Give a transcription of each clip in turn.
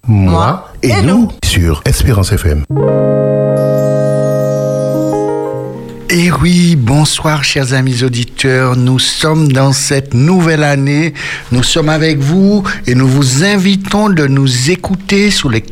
moi et nous sur Espérance FM. Et oui, bonsoir chers amis auditeurs, nous sommes dans cette nouvelle année, nous sommes avec vous et nous vous invitons de nous écouter sur les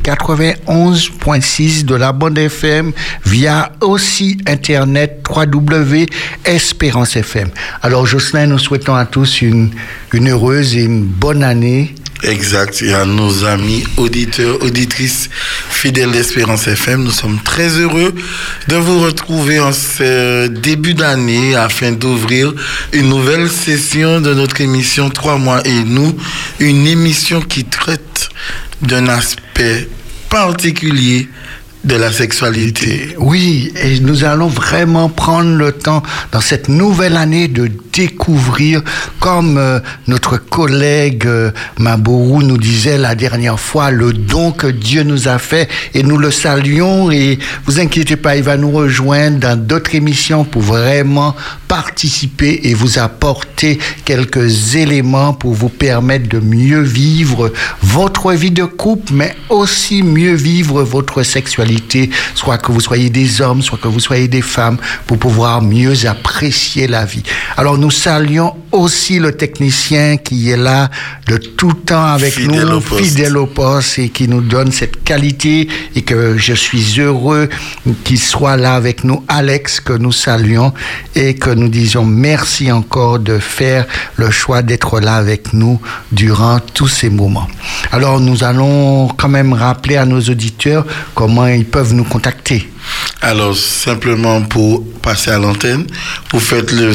91.6 de la bande FM via aussi internet www.espérance.fm. Alors Jocelyn, nous souhaitons à tous une heureuse et une bonne année. Exact, et à nos amis auditeurs, auditrices fidèles d'Espérance FM, nous sommes très heureux de vous retrouver en ce début d'année afin d'ouvrir une nouvelle session de notre émission 3 mois et nous, une émission qui traite d'un aspect particulier de la sexualité. Oui, et nous allons vraiment prendre le temps dans cette nouvelle année de découvrir, comme notre collègue Mabourou nous disait la dernière fois, le don que Dieu nous a fait et nous le saluons et vous inquiétez pas, il va nous rejoindre dans d'autres émissions pour vraiment participer et vous apporter quelques éléments pour vous permettre de mieux vivre votre vie de couple, mais aussi mieux vivre votre sexualité, soit que vous soyez des hommes, soit que vous soyez des femmes, pour pouvoir mieux apprécier la vie. Alors nous saluons aussi le technicien qui est là de tout temps avec nous, fidèle au poste et qui nous donne cette qualité et que je suis heureux qu'il soit là avec nous, Alex, que nous saluons et que nous disons merci encore de faire le choix d'être là avec nous durant tous ces moments. Alors nous allons quand même rappeler à nos auditeurs comment ils peuvent nous contacter. Alors, simplement pour passer à l'antenne, vous faites le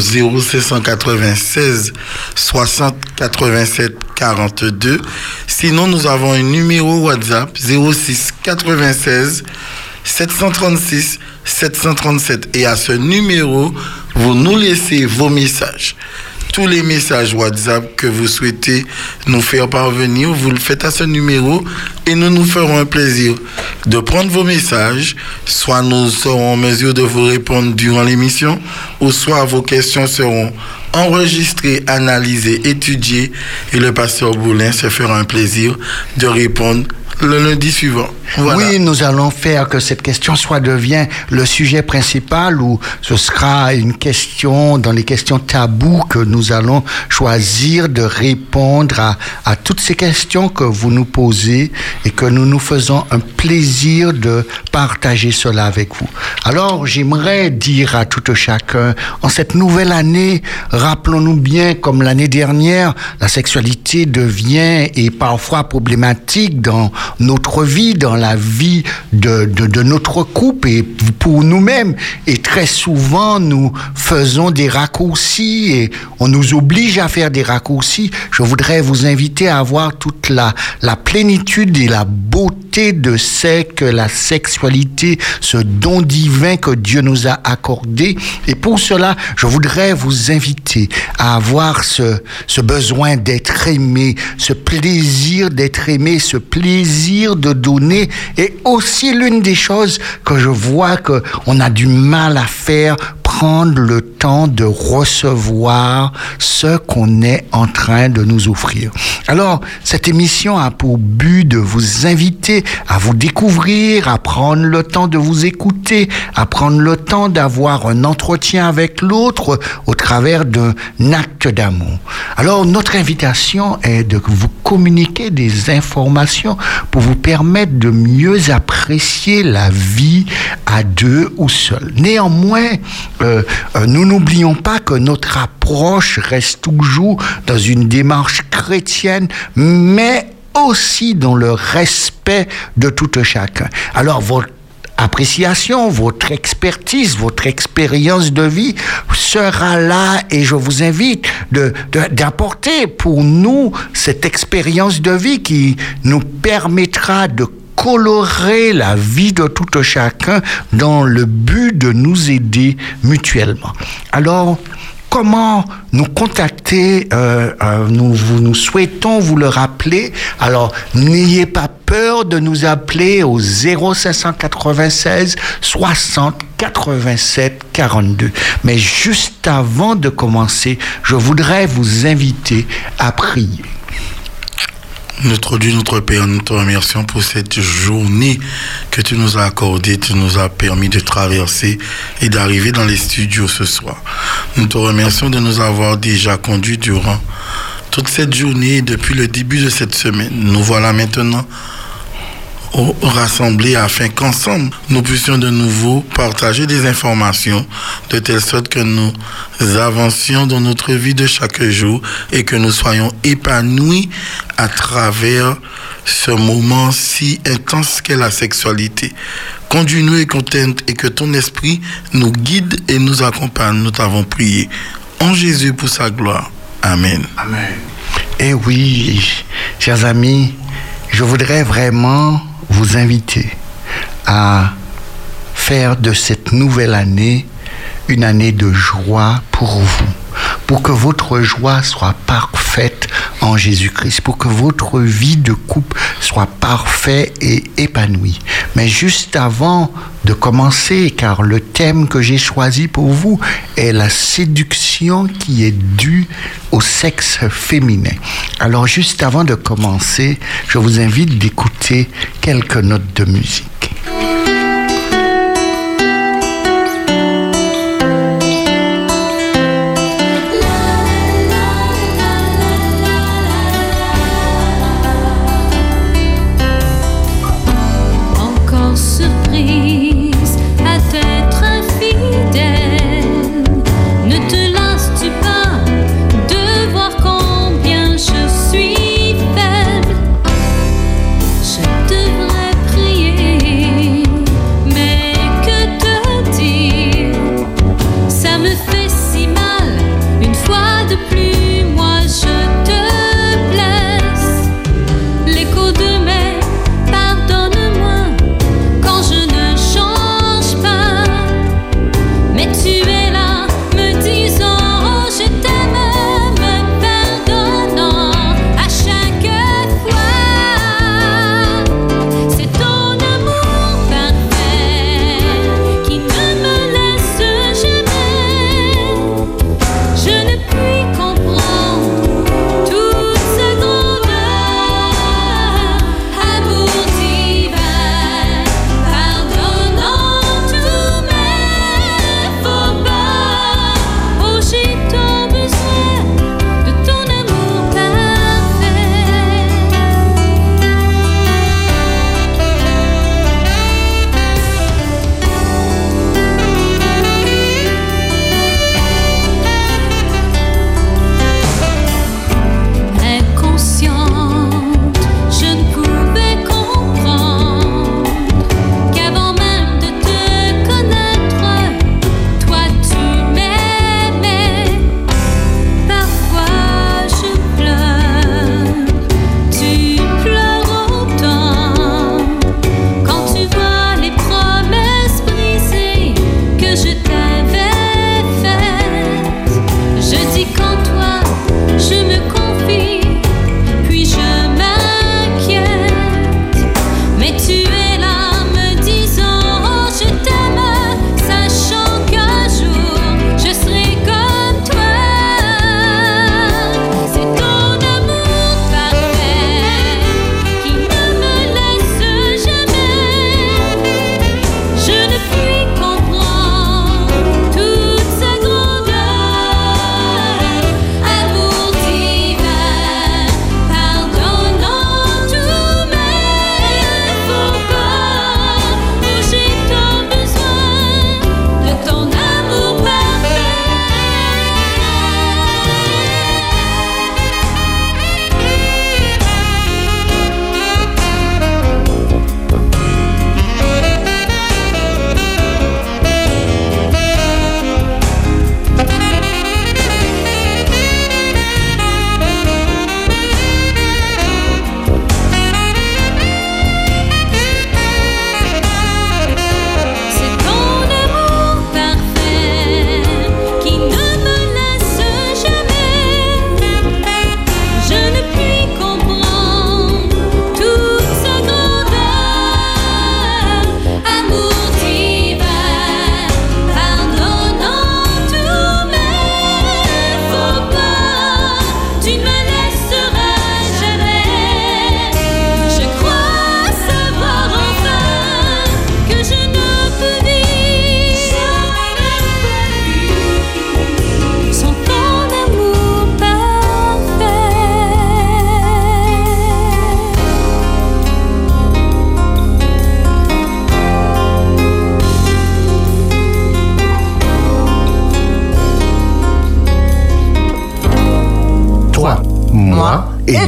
0796 60 87 42. Sinon, nous avons un numéro WhatsApp 06 96 736 737. Et à ce numéro, vous nous laissez vos messages. Tous les messages WhatsApp que vous souhaitez nous faire parvenir, vous le faites à ce numéro et nous nous ferons un plaisir de prendre vos messages. Soit nous serons en mesure de vous répondre durant l'émission, ou soit vos questions seront enregistrées, analysées, étudiées et le pasteur Boulin se fera un plaisir de répondre le lundi suivant. Voilà. Oui, nous allons faire que cette question devienne le sujet principal ou ce sera une question dans les questions tabous que nous allons choisir de répondre à toutes ces questions que vous nous posez et que nous nous faisons un plaisir de partager cela avec vous. Alors, j'aimerais dire à tout chacun, en cette nouvelle année, rappelons-nous bien, comme l'année dernière, la sexualité devient et parfois problématique dans notre vie, dans la vie de notre couple et pour nous-mêmes. Et très souvent, nous faisons des raccourcis et on nous oblige à faire des raccourcis. Je voudrais vous inviter à avoir toute la plénitude et la beauté de ce que la sexualité, ce don divin que Dieu nous a accordé. Et pour cela, je voudrais vous inviter à avoir ce besoin d'être aimé, ce plaisir d'être aimé, ce plaisir de donner. Et aussi l'une des choses que je vois qu'on a du mal à faire, prendre le temps de recevoir ce qu'on est en train de nous offrir. Alors, cette émission a pour but de vous inviter à vous découvrir, à prendre le temps de vous écouter, à prendre le temps d'avoir un entretien avec l'autre au travers d'un acte d'amour. Alors, notre invitation est de vous communiquer des informations pour vous permettre de mieux apprécier la vie à deux ou seul. Néanmoins, nous n'oublions pas que notre approche reste toujours dans une démarche chrétienne, mais aussi dans le respect de tout chacun. Alors, votre appréciation, votre expertise, votre expérience de vie sera là et je vous invite d'apporter pour nous cette expérience de vie qui nous permettra de colorer la vie de tout chacun dans le but de nous aider mutuellement. Alors, comment nous contacter? Nous souhaitons vous le rappeler. Alors, n'ayez pas peur de nous appeler au 0596 60 87 42. Mais juste avant de commencer, je voudrais vous inviter à prier. Notre Dieu, notre Père, nous te remercions pour cette journée que tu nous as accordée, tu nous as permis de traverser et d'arriver dans les studios ce soir. Nous te remercions de nous avoir déjà conduits durant toute cette journée, depuis le début de cette semaine. Nous voilà maintenant rassemblés afin qu'ensemble nous puissions de nouveau partager des informations de telle sorte que nous avancions dans notre vie de chaque jour et que nous soyons épanouis à travers ce moment si intense qu'est la sexualité. Conduis-nous et que ton esprit nous guide et nous accompagne. Nous t'avons prié en Jésus pour sa gloire. Amen. Amen. Eh oui, chers amis, je voudrais vraiment vous inviter à faire de cette nouvelle année une année de joie pour vous, pour que votre joie soit parfaite en Jésus-Christ, pour que votre vie de couple soit parfaite et épanouie. Mais juste avant de commencer, car le thème que j'ai choisi pour vous est la séduction qui est due au sexe féminin. Alors juste avant de commencer, je vous invite d'écouter quelques notes de musique. Devrais prier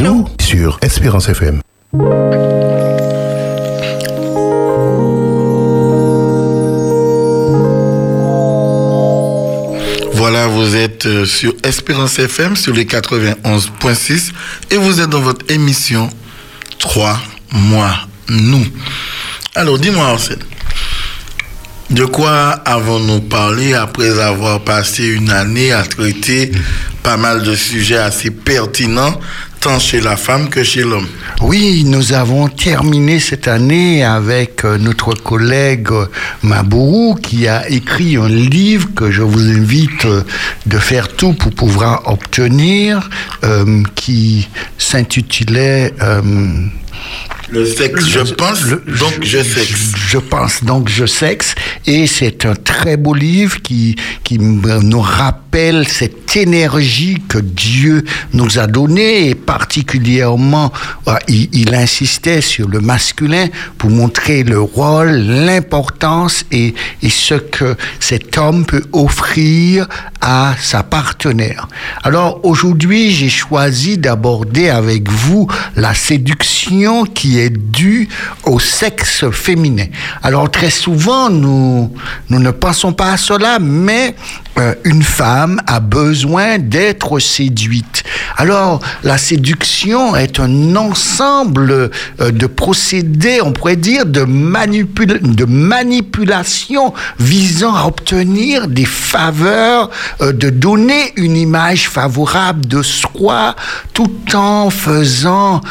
nous sur Espérance FM. Voilà, vous êtes sur Espérance FM, sur les 91.6, et vous êtes dans votre émission 3 mois, nous. Alors, dis-moi, Arsène, de quoi avons-nous parlé après avoir passé une année à traiter pas mal de sujets assez pertinents, tant chez la femme que chez l'homme? Oui, nous avons terminé cette année avec notre collègue Mabourou qui a écrit un livre que je vous invite de faire tout pour pouvoir obtenir, qui s'intitulait... Le sexe, je pense, donc je sexe. Je pense, donc je sexe. Et c'est un très beau livre qui nous rappelle cette énergie que Dieu nous a donnée, et particulièrement, il insistait sur le masculin pour montrer le rôle, l'importance et ce que cet homme peut offrir à sa partenaire. Alors aujourd'hui, j'ai choisi d'aborder avec vous la séduction qui est due au sexe féminin. Alors très souvent, nous ne pensons pas à cela, mais une femme a besoin d'être séduite. Alors, la séduction est un ensemble de procédés, on pourrait dire, de manipulation visant à obtenir des faveurs, de donner une image favorable de soi, tout en faisant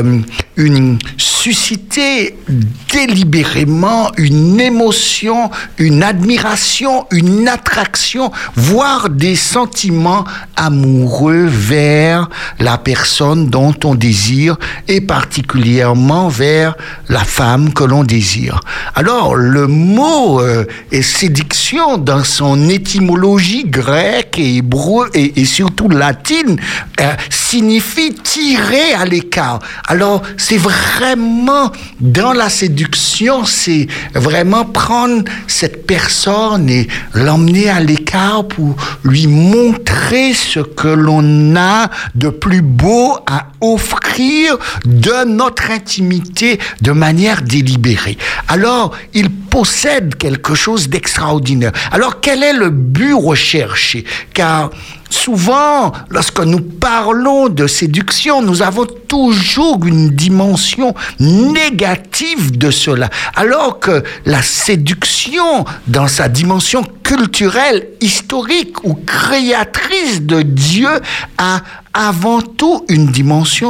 susciter délibérément une émotion, une admiration, une attraction, voire des sentiments amoureux vers la personne dont on désire, et particulièrement vers la femme que l'on désire. Alors, le mot séduction, dans son étymologie grecque et hébreu et surtout latine, signifie tirer à l'écart. Alors, c'est vraiment, dans la séduction, c'est vraiment prendre cette personne et l'emmener à l'écart pour lui montrer ce que l'on a de plus beau à offrir de notre intimité de manière délibérée. Alors, il possède quelque chose d'extraordinaire. Alors, quel est le but recherché? Car souvent, lorsque nous parlons de séduction, nous avons toujours une dimension négative de cela. Alors que la séduction, dans sa dimension culturelle, historique ou créatrice de Dieu, a avant tout une dimension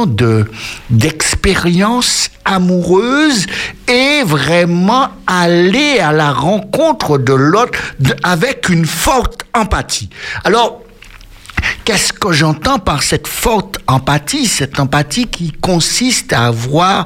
d'expérience amoureuse et vraiment aller à la rencontre de l'autre avec une forte empathie. Alors, qu'est-ce que j'entends par cette forte empathie? Cette empathie qui consiste à avoir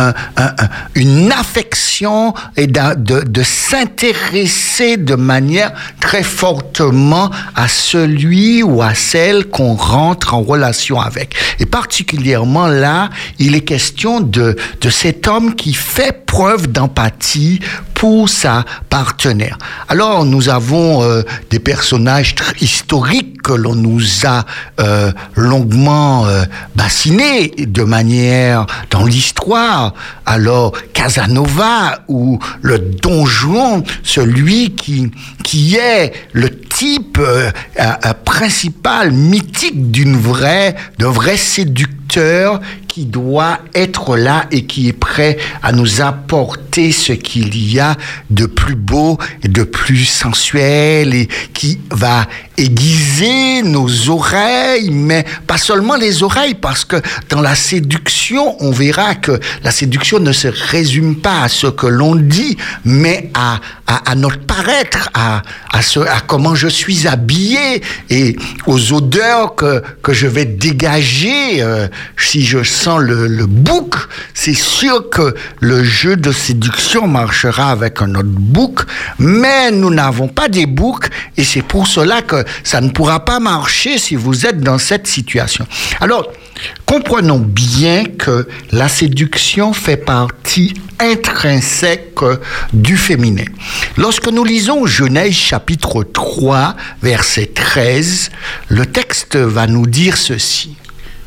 une affection et de s'intéresser de manière très fortement à celui ou à celle qu'on rentre en relation avec. Et particulièrement là, il est question de cet homme qui fait preuve d'empathie pour sa partenaire. Alors, nous avons des personnages historiques que l'on nous a longuement bassinés de manière dans l'histoire. Alors, Casanova ou le Don Juan, celui qui est le type principal, mythique d'un vrai séducteur qui doit être là et qui est prêt à nous apporter ce qu'il y a de plus beau et de plus sensuel, et qui va aiguiser nos oreilles, mais pas seulement les oreilles, parce que dans la séduction, on verra que la séduction ne se résume pas à ce que l'on dit, mais à notre paraître, à comment je suis habillé et aux odeurs que je vais dégager. Si je sens le bouc, c'est sûr que le jeu de séduction marchera avec un autre bouc, mais nous n'avons pas des boucs, et c'est pour cela que ça ne pourra pas marcher si vous êtes dans cette situation. Alors, comprenons bien que la séduction fait partie intrinsèque du féminin. Lorsque nous lisons Genèse chapitre 3, verset 13, le texte va nous dire ceci.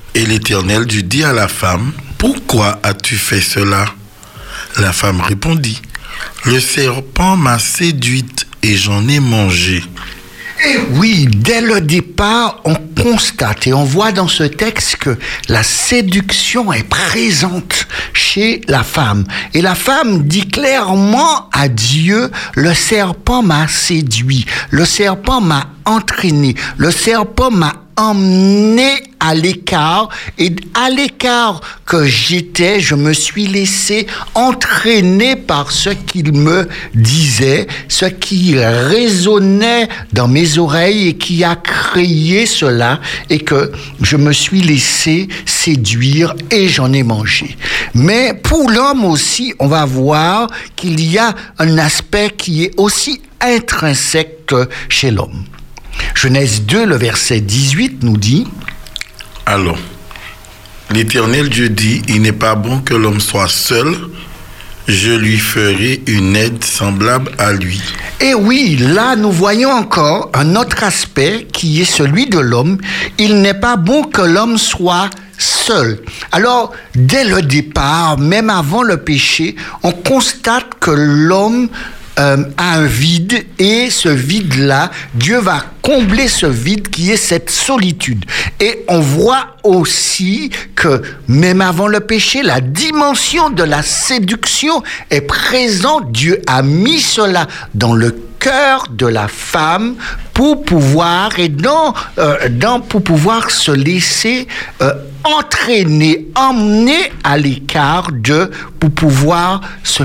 Et l'Éternel Dieu dit à la femme, « Pourquoi as-tu fait cela ?» La femme répondit, « Le serpent m'a séduite et j'en ai mangé. » Et oui, dès le départ, on constate et on voit dans ce texte que la séduction est présente chez la femme. Et la femme dit clairement à Dieu, le serpent m'a séduit, le serpent m'a entraîné, le serpent m'a emmené à l'écart, et à l'écart que j'étais, je me suis laissé entraîner par ce qu'il me disait, ce qui résonnait dans mes oreilles et qui a créé cela, et que je me suis laissé séduire et j'en ai mangé. Mais pour l'homme aussi, on va voir qu'il y a un aspect qui est aussi intrinsèque chez l'homme. Genèse 2, le verset 18 nous dit: Alors, l'Éternel Dieu dit, « Il n'est pas bon que l'homme soit seul, je lui ferai une aide semblable à lui. » Et oui, là nous voyons encore un autre aspect qui est celui de l'homme. Il n'est pas bon que l'homme soit seul. Alors, dès le départ, même avant le péché, on constate que l'homme a un vide, et ce vide-là, Dieu va combler ce vide qui est cette solitude. Et on voit aussi que même avant le péché, la dimension de la séduction est présente. Dieu a mis cela dans le cœur de la femme pour pouvoir pour pouvoir se laisser entraîner, emmener à l'écart pour pouvoir se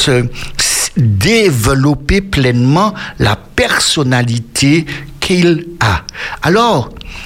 développer pleinement la personnalité qu'il a. Alors,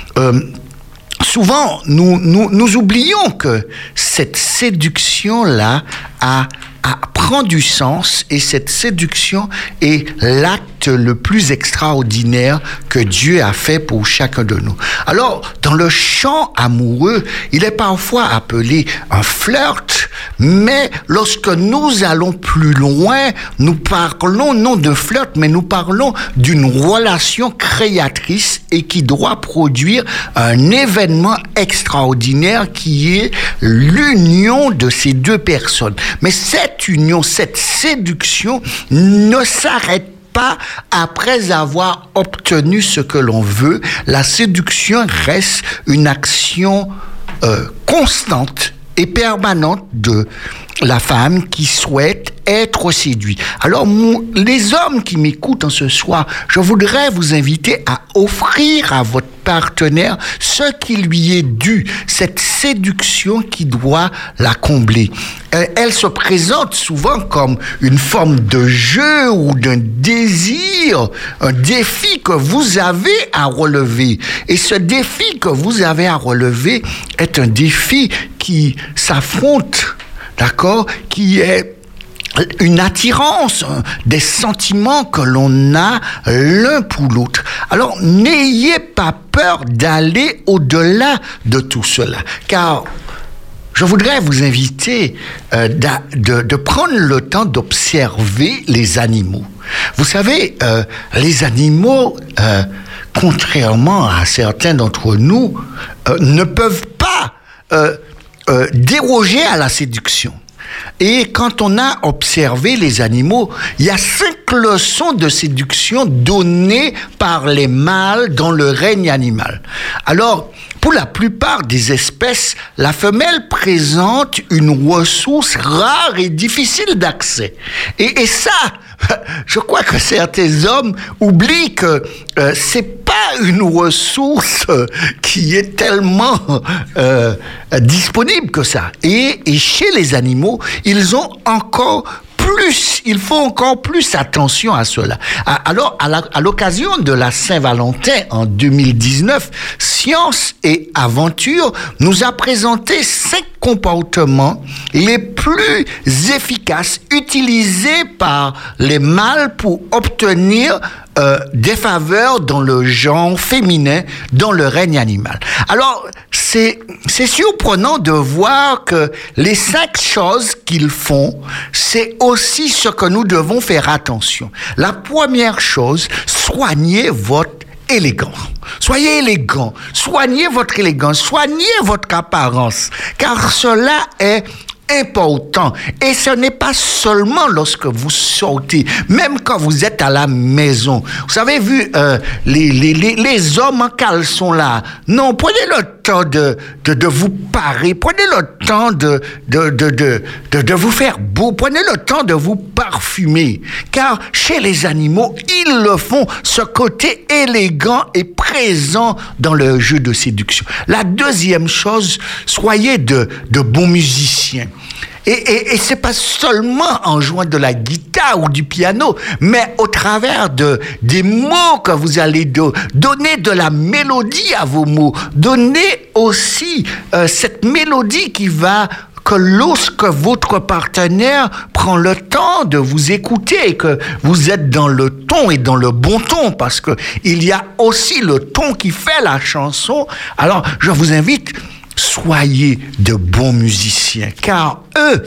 souvent, nous oublions que cette séduction-là prend du sens, et cette séduction est l'acte le plus extraordinaire que Dieu a fait pour chacun de nous. Alors, dans le chant amoureux, il est parfois appelé un flirt, mais lorsque nous allons plus loin, nous parlons non de flirt, mais nous parlons d'une relation créatrice et qui doit produire un événement extraordinaire qui est l'union de ces deux personnes. Mais cette union, cette séduction ne s'arrête pas après avoir obtenu ce que l'on veut. La séduction reste une action constante et permanente de la femme qui souhaite être séduite. Alors, les hommes qui m'écoutent en ce soir, je voudrais vous inviter à offrir à votre partenaire ce qui lui est dû, cette séduction qui doit la combler. Elle se présente souvent comme une forme de jeu ou d'un désir, un défi que vous avez à relever. Et ce défi que vous avez à relever est un défi qui s'affronte, d'accord, qui est une attirance, des sentiments que l'on a l'un pour l'autre. Alors, n'ayez pas peur d'aller au-delà de tout cela, car je voudrais vous inviter de prendre le temps d'observer les animaux. Vous savez, les animaux, contrairement à certains d'entre nous, ne peuvent pas déroger à la séduction. Et quand on a observé les animaux, il y a 5 leçons de séduction données par les mâles dans le règne animal. Alors, pour la plupart des espèces, la femelle présente une ressource rare et difficile d'accès. Et ça, je crois que certains hommes oublient que c'est pas une ressource qui est tellement disponible que ça. Et chez les animaux, il faut encore plus attention à cela. Alors, à l'occasion de la Saint-Valentin en 2019, Science et Aventure nous a présenté 5 comportements les plus efficaces utilisés par les mâles pour obtenir des faveurs dans le genre féminin, dans le règne animal. Alors, c'est surprenant de voir que les 5 choses qu'ils font, c'est aussi ce que nous devons faire attention. La première chose, soignez votre élégant. Soyez élégant. Soignez votre élégance. Soignez votre apparence. Car cela est important. Et ce n'est pas seulement lorsque vous sortez, même quand vous êtes à la maison. Vous avez vu les hommes en caleçon là. Non, prenez le temps de vous parer. Prenez le temps de vous faire beau. Prenez le temps de vous parfumer. Car chez les animaux, ils le font. Ce côté élégant est présent dans le jeu de séduction. La deuxième chose, soyez de bons musiciens. Et c'est pas seulement en jouant de la guitare ou du piano, mais au travers des mots que vous allez donner de la mélodie à vos mots. Donnez aussi cette mélodie que lorsque votre partenaire prend le temps de vous écouter et que vous êtes dans le ton et dans le bon ton, parce que il y a aussi le ton qui fait la chanson. Alors, je vous invite, soyez de bons musiciens, car eux,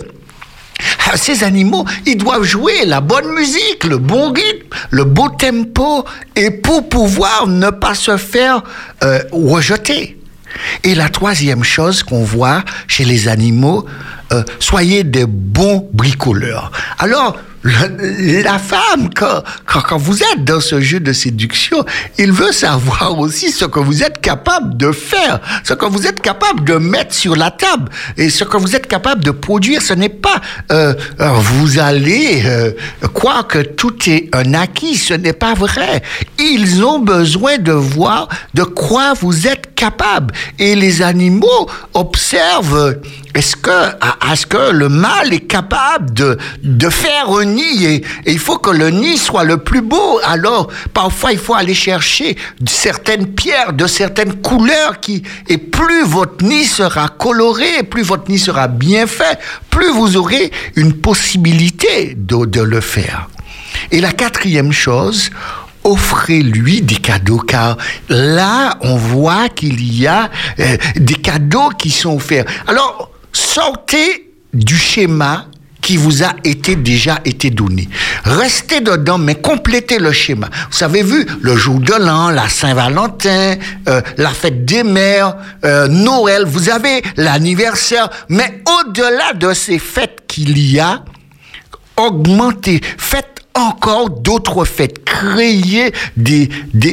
ces animaux, ils doivent jouer la bonne musique, le bon rythme, le beau tempo, et pour pouvoir ne pas se faire rejeter. Et la troisième chose qu'on voit chez les animaux, soyez des bons bricoleurs. Alors, la femme, quand vous êtes dans ce jeu de séduction, il veut savoir aussi ce que vous êtes capable de faire, ce que vous êtes capable de mettre sur la table et ce que vous êtes capable de produire. Ce n'est pas vous allez croire que tout est un acquis, ce n'est pas vrai. Ils ont besoin de voir de quoi vous êtes capable. Et les animaux observent est-ce que le mâle est capable de faire un nid et il faut que le nid soit le plus beau. Alors, parfois, il faut aller chercher certaines pierres de certaines couleurs et plus votre nid sera coloré, plus votre nid sera bien fait, plus vous aurez une possibilité de le faire. Et la quatrième chose, offrez-lui des cadeaux, car là, on voit qu'il y a des cadeaux qui sont offerts. Alors, sortez du schéma qui vous a déjà été donné. Restez dedans, mais complétez le schéma. Vous avez vu, le jour de l'an, la Saint-Valentin, la fête des mères, Noël, vous avez l'anniversaire, mais au-delà de ces fêtes qu'il y a, augmentez, faites encore d'autres fêtes, créez des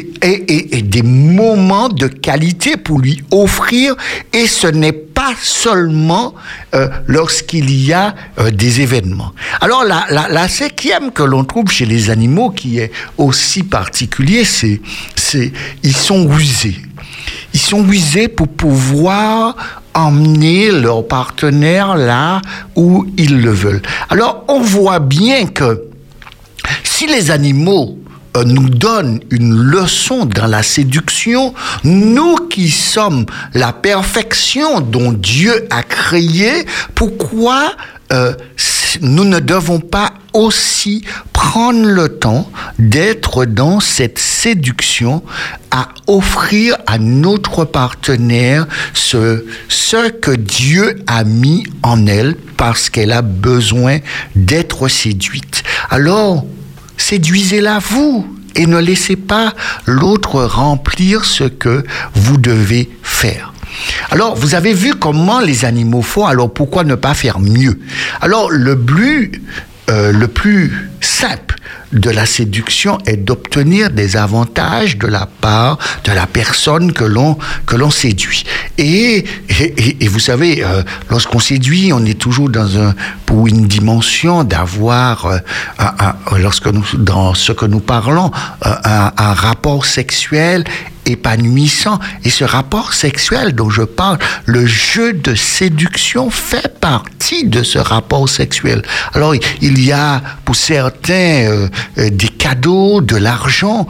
moments de qualité pour lui offrir, et ce n'est pas seulement lorsqu'il y a des événements. Alors la cinquième que l'on trouve chez les animaux, qui est aussi particulier, c'est ils sont rusés. Ils sont rusés pour pouvoir emmener leur partenaire là où ils le veulent. Alors on voit bien que si les animaux nous donnent une leçon dans la séduction, nous qui sommes la perfection dont Dieu a créé, pourquoi nous ne devons pas aussi prendre le temps d'être dans cette séduction, à offrir à notre partenaire ce que Dieu a mis en elle, parce qu'elle a besoin d'être séduite. Alors, séduisez-la vous et ne laissez pas l'autre remplir ce que vous devez faire. Alors, vous avez vu comment les animaux font, alors pourquoi ne pas faire mieux? Alors, le plus simple de la séduction est d'obtenir des avantages de la part de la personne que l'on séduit. Et vous savez, lorsqu'on séduit, on est toujours pour une dimension d'avoir, dans ce que nous parlons, un rapport sexuel épanouissant. Et ce rapport sexuel dont je parle, le jeu de séduction fait partie de ce rapport sexuel. Alors, il y a pour certains des cadeaux, de l'argent.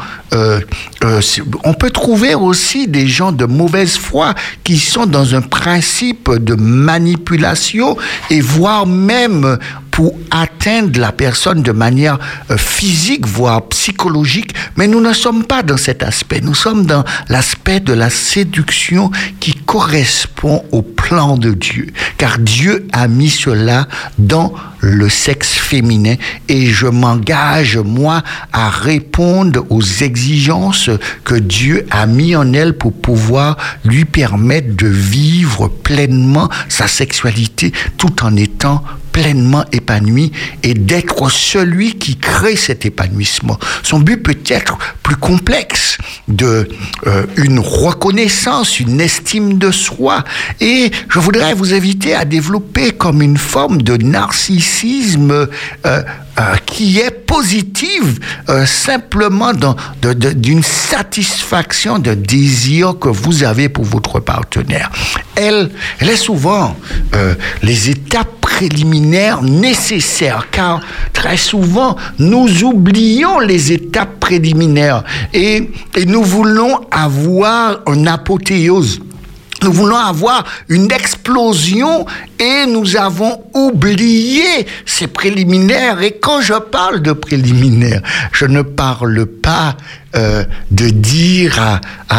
On peut trouver aussi des gens de mauvaise foi qui sont dans un principe de manipulation et voire même pour atteindre la personne de manière physique, voire psychologique, mais nous ne sommes pas dans cet aspect. Nous sommes dans l'aspect de la séduction qui correspond au plan de Dieu, car Dieu a mis cela dans le sexe féminin et je m'engage, moi, à répondre aux exigences que Dieu a mis en elle pour pouvoir lui permettre de vivre pleinement sa sexualité tout en étant pleinement épanoui et d'être celui qui crée cet épanouissement. Son but peut être plus complexe, une reconnaissance, une estime de soi. Et je voudrais vous inviter à développer comme une forme de narcissisme qui est positive, simplement d'une satisfaction de désir que vous avez pour votre partenaire. Elle est souvent les étapes préliminaires nécessaires, car très souvent, nous oublions les étapes préliminaires et nous voulons avoir une apothéose. Nous voulons avoir une explosion et nous avons oublié ces préliminaires. Et quand je parle de préliminaires, je ne parle pas de dire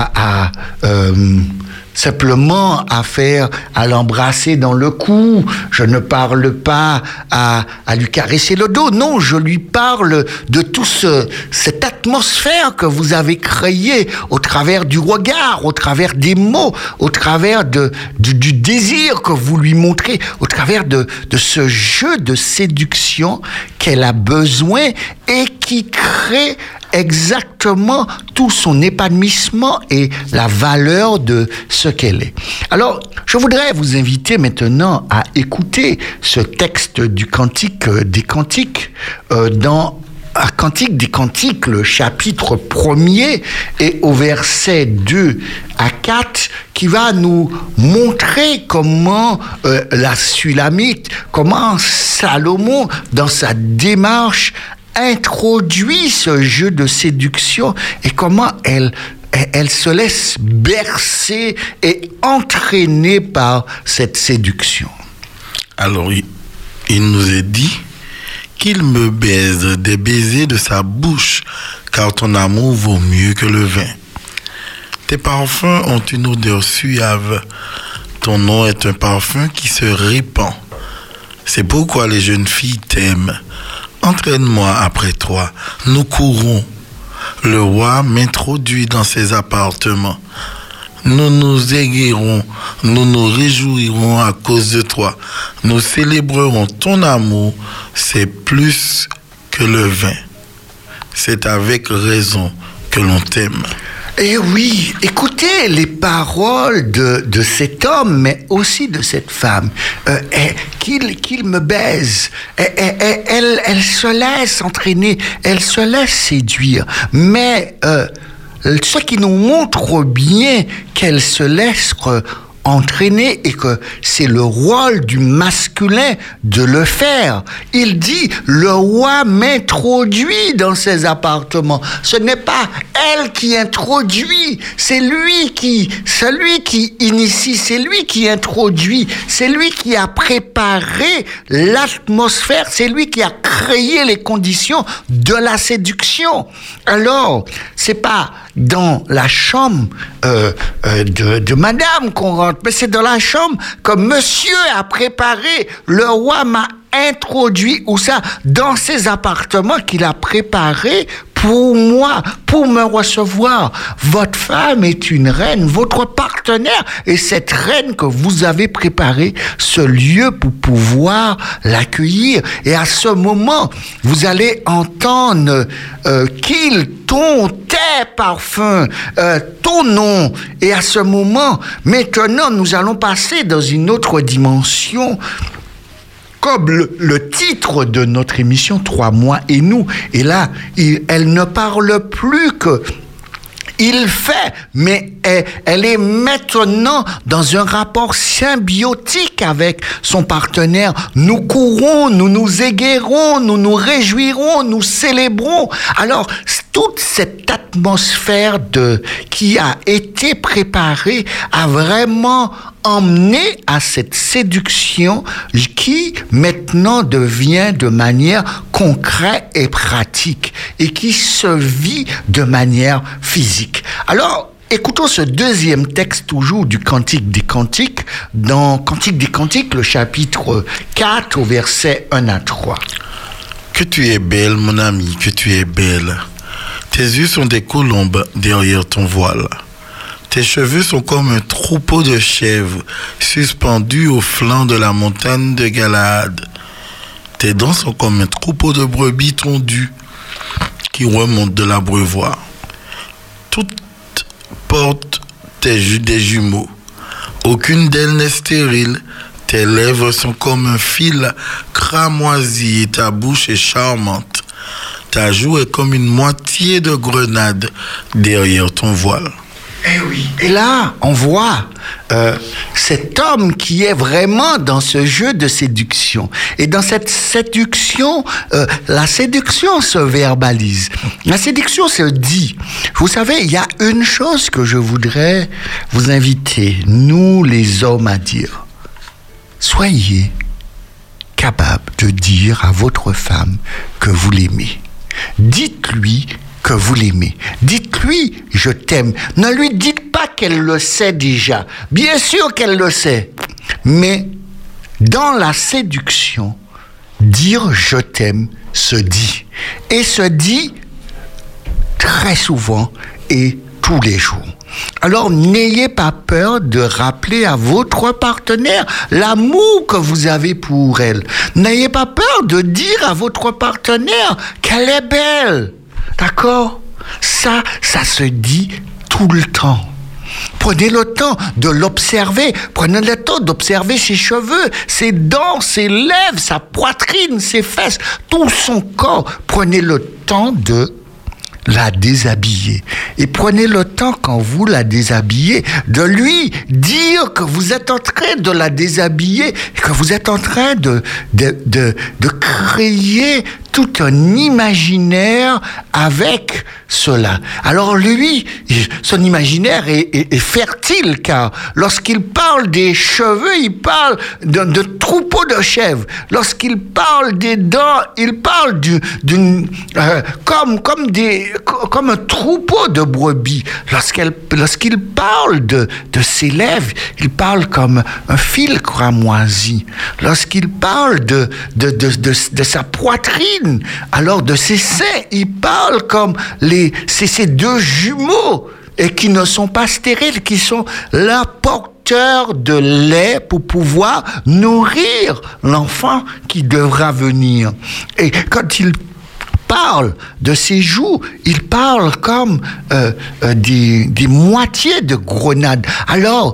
simplement à l'embrasser dans le cou. Je ne parle pas à lui caresser le dos. Non, je lui parle de toute cette atmosphère que vous avez créée au travers du regard, au travers des mots, au travers du désir que vous lui montrez, au travers de ce jeu de séduction qu'elle a besoin et qui crée exactement tout son épanouissement et la valeur de ce qu'elle est. Alors, je voudrais vous inviter maintenant à écouter ce texte du Cantique des Cantiques dans Cantique des Cantiques, le chapitre 1er et au verset 2 à 4, qui va nous montrer comment la Sulamite, comment Salomon, dans sa démarche, introduit ce jeu de séduction et comment elle se laisse bercer et entraîner par cette séduction. Alors, il nous est dit qu'il me baise des baisers de sa bouche, car ton amour vaut mieux que le vin. Tes parfums ont une odeur suave. Ton nom est un parfum qui se répand. C'est pourquoi les jeunes filles t'aiment. Entraîne-moi après toi, nous courons. Le roi m'introduit dans ses appartements. Nous nous égaierons, nous nous réjouirons à cause de toi. Nous célébrerons ton amour, c'est plus que le vin. C'est avec raison que l'on t'aime. Eh oui, écoutez les paroles de cet homme, mais aussi de cette femme. Qu'il me baise. Elle se laisse entraîner, elle se laisse séduire. Mais ce qui nous montre bien qu'elle se laisse entraîner et que c'est le rôle du masculin de le faire. Il dit, le roi m'introduit dans ses appartements. Ce n'est pas elle qui introduit, c'est celui qui initie, c'est lui qui introduit, c'est lui qui a préparé l'atmosphère, c'est lui qui a créé les conditions de la séduction. Alors, c'est pas dans la chambre de madame qu'on rentre, mais c'est dans la chambre que monsieur a préparé. Le roi m'a introduit, ou ça, dans ses appartements qu'il a préparés pour moi, pour me recevoir. Votre femme est une reine, votre partenaire est cette reine que vous avez préparé ce lieu pour pouvoir l'accueillir. Et à ce moment, vous allez entendre tes parfums, ton nom. Et à ce moment, maintenant, nous allons passer dans une autre dimension, comme le titre de notre émission, 3 mois et nous. Et là, elle ne parle plus que il fait, mais elle est maintenant dans un rapport symbiotique avec son partenaire. Nous courons, nous nous égaierons, nous nous réjouirons, nous célébrons. Alors, toute cette atmosphère qui a été préparée a vraiment emmené à cette séduction qui maintenant devient de manière concrète et pratique et qui se vit de manière physique. Alors, écoutons ce deuxième texte toujours du Cantique des Cantiques, dans Cantique des Cantiques, le chapitre 4 au verset 1 à 3. Que tu es belle, mon ami, que tu es belle. Tes yeux sont des colombes derrière ton voile. Tes cheveux sont comme un troupeau de chèvres suspendus au flanc de la montagne de Galaad. Tes dents sont comme un troupeau de brebis tondues qui remontent de l'abreuvoir. Toutes portent des jumeaux. Aucune d'elles n'est stérile. Tes lèvres sont comme un fil cramoisi et ta bouche est charmante. Ta joue est comme une moitié de grenade derrière ton voile. Eh oui. Et là, on voit cet homme qui est vraiment dans ce jeu de séduction. Et dans cette séduction, la séduction se verbalise. La séduction se dit. Vous savez, il y a une chose que je voudrais vous inviter, nous les hommes, à dire. Soyez capable de dire à votre femme que vous l'aimez. Dites-lui que vous l'aimez. Dites-lui « je t'aime ». Ne lui dites pas qu'elle le sait déjà. Bien sûr qu'elle le sait. Mais dans la séduction, dire « je t'aime » se dit. Et se dit très souvent et tous les jours. Alors, n'ayez pas peur de rappeler à votre partenaire l'amour que vous avez pour elle. N'ayez pas peur de dire à votre partenaire qu'elle est belle. D'accord ? Ça se dit tout le temps. Prenez le temps de l'observer. Prenez le temps d'observer ses cheveux, ses dents, ses lèvres, sa poitrine, ses fesses, tout son corps. Prenez le temps de la déshabiller. Et prenez le temps, quand vous la déshabillez, de lui dire que vous êtes en train de la déshabiller, que vous êtes en train de créer tout un imaginaire avec cela. Alors lui, son imaginaire est fertile, car lorsqu'il parle des cheveux, il parle de troupeau de chèvres. Lorsqu'il parle des dents, il parle comme un troupeau de brebis. Lorsqu'il parle de ses lèvres, il parle comme un fil cramoisi. Lorsqu'il parle de sa poitrine, alors de ses seins, il parle comme ces deux jumeaux et qui ne sont pas stériles, qui sont là porteurs de lait pour pouvoir nourrir l'enfant qui devra venir. Et quand il parle de ses joues, il parle comme des moitiés de grenades. Alors,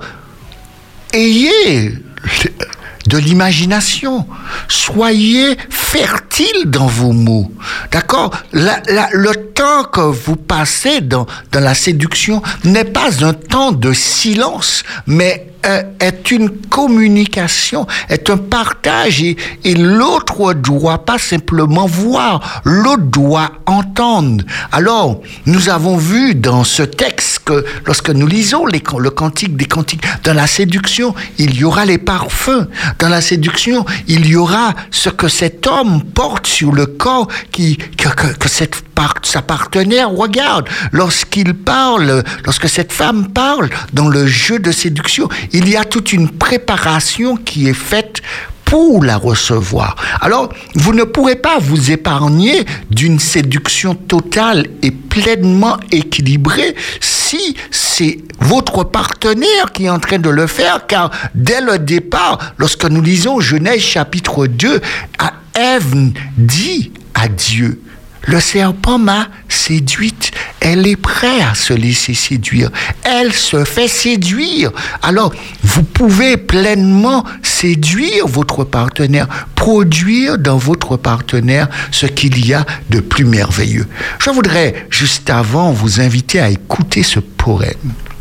ayez de l'imagination. Soyez fertile dans vos mots. D'accord ? Le temps que vous passez dans la séduction n'est pas un temps de silence, mais est une communication, est un partage et l'autre doit pas simplement voir, l'autre doit entendre. Alors, nous avons vu dans ce texte que lorsque nous lisons le Cantique des Cantiques, dans la séduction, il y aura les parfums. Dans la séduction, il y aura ce que cet homme porte sur le corps que sa partenaire regarde. Lorsqu'il parle, lorsque cette femme parle dans le jeu de séduction, il y a toute une préparation qui est faite pour la recevoir. Alors, vous ne pourrez pas vous épargner d'une séduction totale et pleinement équilibrée si c'est votre partenaire qui est en train de le faire, car dès le départ, lorsque nous lisons Genèse chapitre 2, Ève dit à Dieu, le serpent m'a séduite. Elle est prête à se laisser séduire. Elle se fait séduire. Alors, vous pouvez pleinement séduire votre partenaire, produire dans votre partenaire ce qu'il y a de plus merveilleux. Je voudrais, juste avant, vous inviter à écouter ce poème.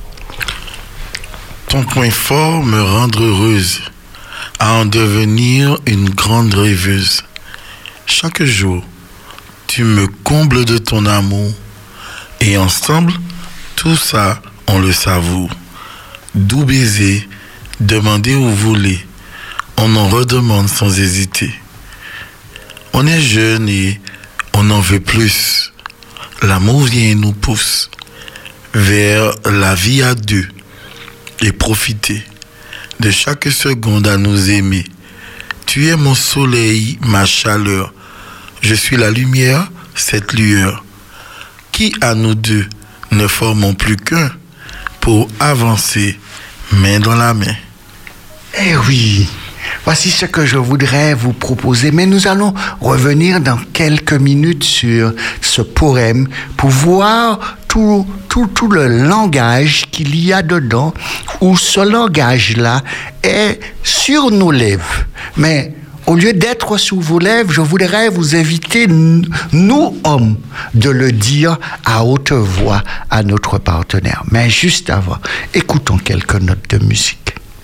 Ton point fort me rendre heureuse, à en devenir une grande rêveuse. Chaque jour, tu me combles de ton amour et ensemble, tout ça, on le savoure. Doux baiser, Demandez ou voulez, on en redemande sans hésiter. On est jeune et on en veut plus. L'amour vient et nous pousse vers la vie à deux et profiter de chaque seconde à nous aimer. Tu es mon soleil, ma chaleur. Je suis la lumière, cette lueur. Qui à nous deux ne formons plus qu'un pour avancer main dans la main. Eh oui, voici ce que je voudrais vous proposer, mais nous allons revenir dans quelques minutes sur ce poème pour voir tout le langage qu'il y a dedans, où ce langage-là est sur nos lèvres. Mais au lieu d'être sous vos lèvres, je voudrais vous inviter, nous hommes, de le dire à haute voix à notre partenaire. Mais juste avant, écoutons quelques notes de musique.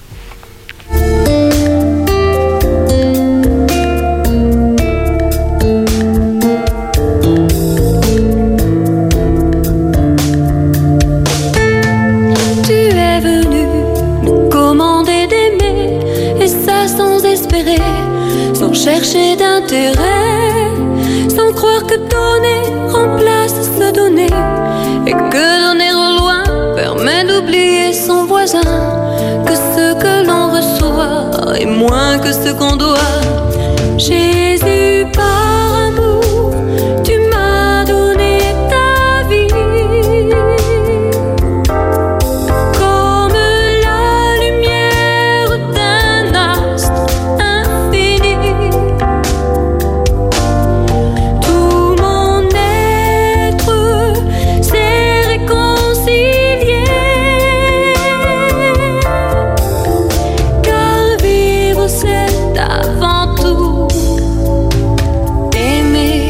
Chercher d'intérêt, sans croire que donner remplace se donner, et que donner au loin permet d'oublier son voisin, que ce que l'on reçoit est moins que ce qu'on doit. Jésus, par amour, tu m'as donné ta vie, comme la lumière d'un astre infini. Tout mon être s'est réconcilié, car vivre c'est avant tout aimer.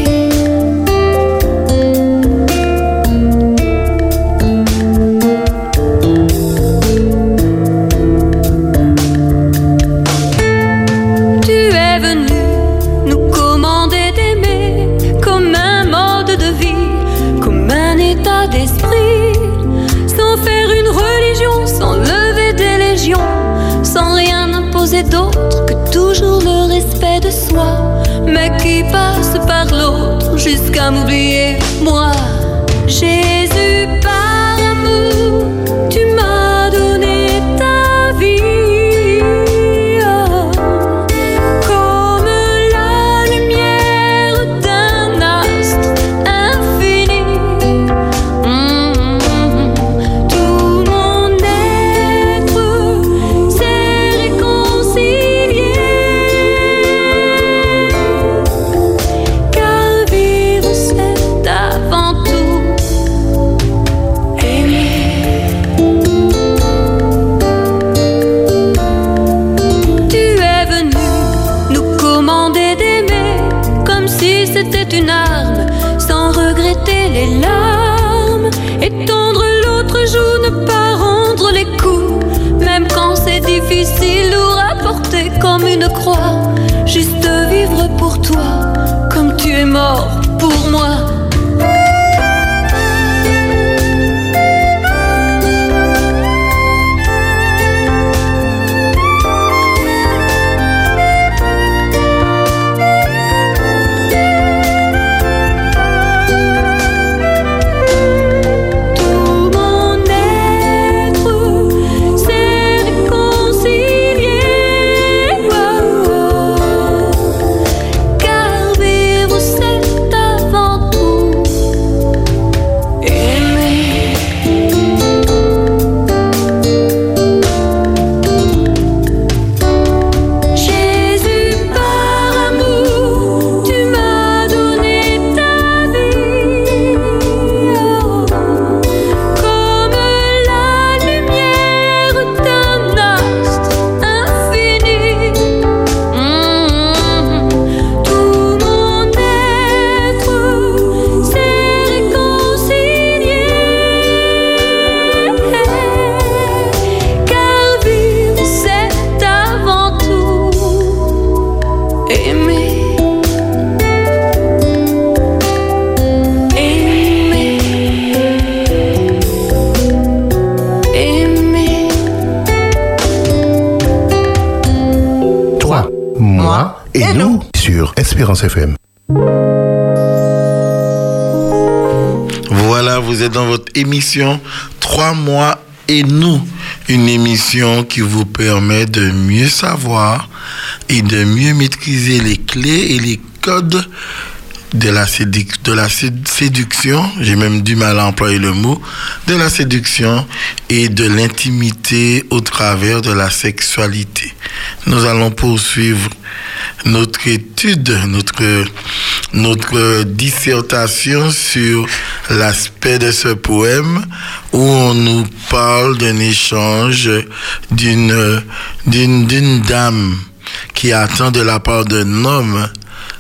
Tu es venu nous commander d'aimer comme un mode de vie, comme un état d'esprit, sans faire une religion, sans lever des légions, sans rien imposer d'autre que toujours le respect de soi, mais qui passe par l'autre jusqu'à m'oublier moi. Jésus, par amour, tu m'as donné ta vie, oh, comme la lumière d'un astre infini. Tout mon être s'est réconcilié, car vivre c'est avant tout aimer. Tu es venu nous commander d'aimer comme si c'était une arme, sans regretter les larmes, et tendre l'autre joue, ne pas rendre les coups, même quand c'est difficile, lourd à porter comme une croix, juste vivre pour toi comme tu es mort pour moi. Tout mon être s'est réconcilié, oh, oh, car vivre c'est avant tout aimer. Jésus, par amour, tu m'as donné ta vie, oh, comme la lumière d'un astre infini. Tout mon être s'est réconcilié, car vivre c'est avant tout aimer. Aimer, aimer, sur Espérance FM. Voilà, vous êtes dans votre émission 3 mois et nous, une émission qui vous permet de mieux savoir et de mieux maîtriser les clés et les codes de la séduction, j'ai même du mal à employer le mot, de la séduction et de l'intimité au travers de la sexualité. Nous allons poursuivre notre étude, notre dissertation sur l'aspect de ce poème où on nous parle d'un échange d'une dame qui attend de la part d'un homme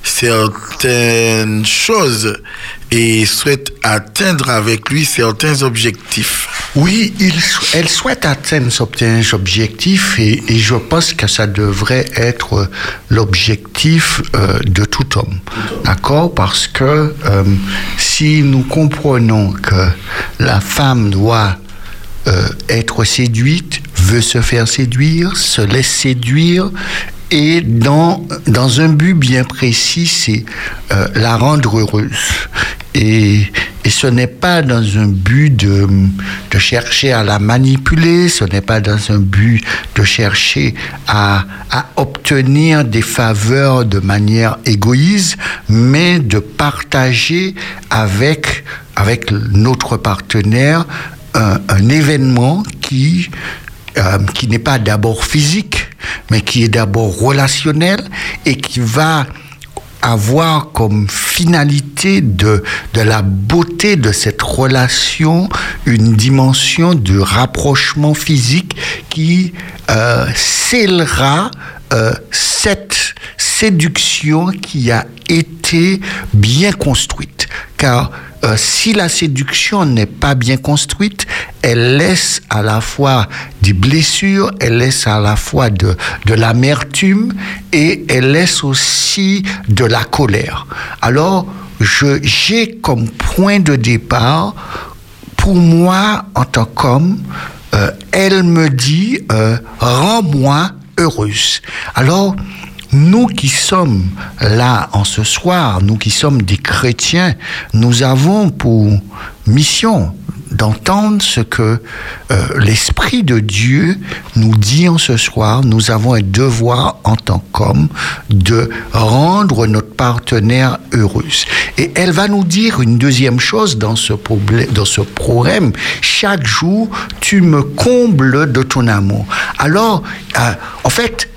certaines choses et souhaite atteindre avec lui certains objectifs. Oui, elle souhaite atteindre certains objectifs et je pense que ça devrait être l'objectif de tout homme. D'accord? Parce que si nous comprenons que la femme doit être séduite, veut se faire séduire, se laisse séduire, et dans un but bien précis, c'est la rendre heureuse. Et ce n'est pas dans un but de chercher à la manipuler, ce n'est pas dans un but de chercher à obtenir des faveurs de manière égoïste, mais de partager avec notre partenaire un événement qui n'est pas d'abord physique, mais qui est d'abord relationnel et qui va avoir comme finalité de la beauté de cette relation une dimension de rapprochement physique qui scellera cette séduction qui a été bien construite. Car si la séduction n'est pas bien construite, elle laisse à la fois des blessures, elle laisse à la fois de l'amertume et elle laisse aussi de la colère. Alors, j'ai comme point de départ, pour moi, en tant qu'homme, elle me dit « rends-moi heureuse ». Alors, nous qui sommes là en ce soir, nous qui sommes des chrétiens, nous avons pour mission d'entendre ce que l'Esprit de Dieu nous dit en ce soir. Nous avons un devoir en tant qu'hommes de rendre notre partenaire heureuse. Et elle va nous dire une deuxième chose dans ce poème. Chaque jour, tu me combles de ton amour. Alors, en fait,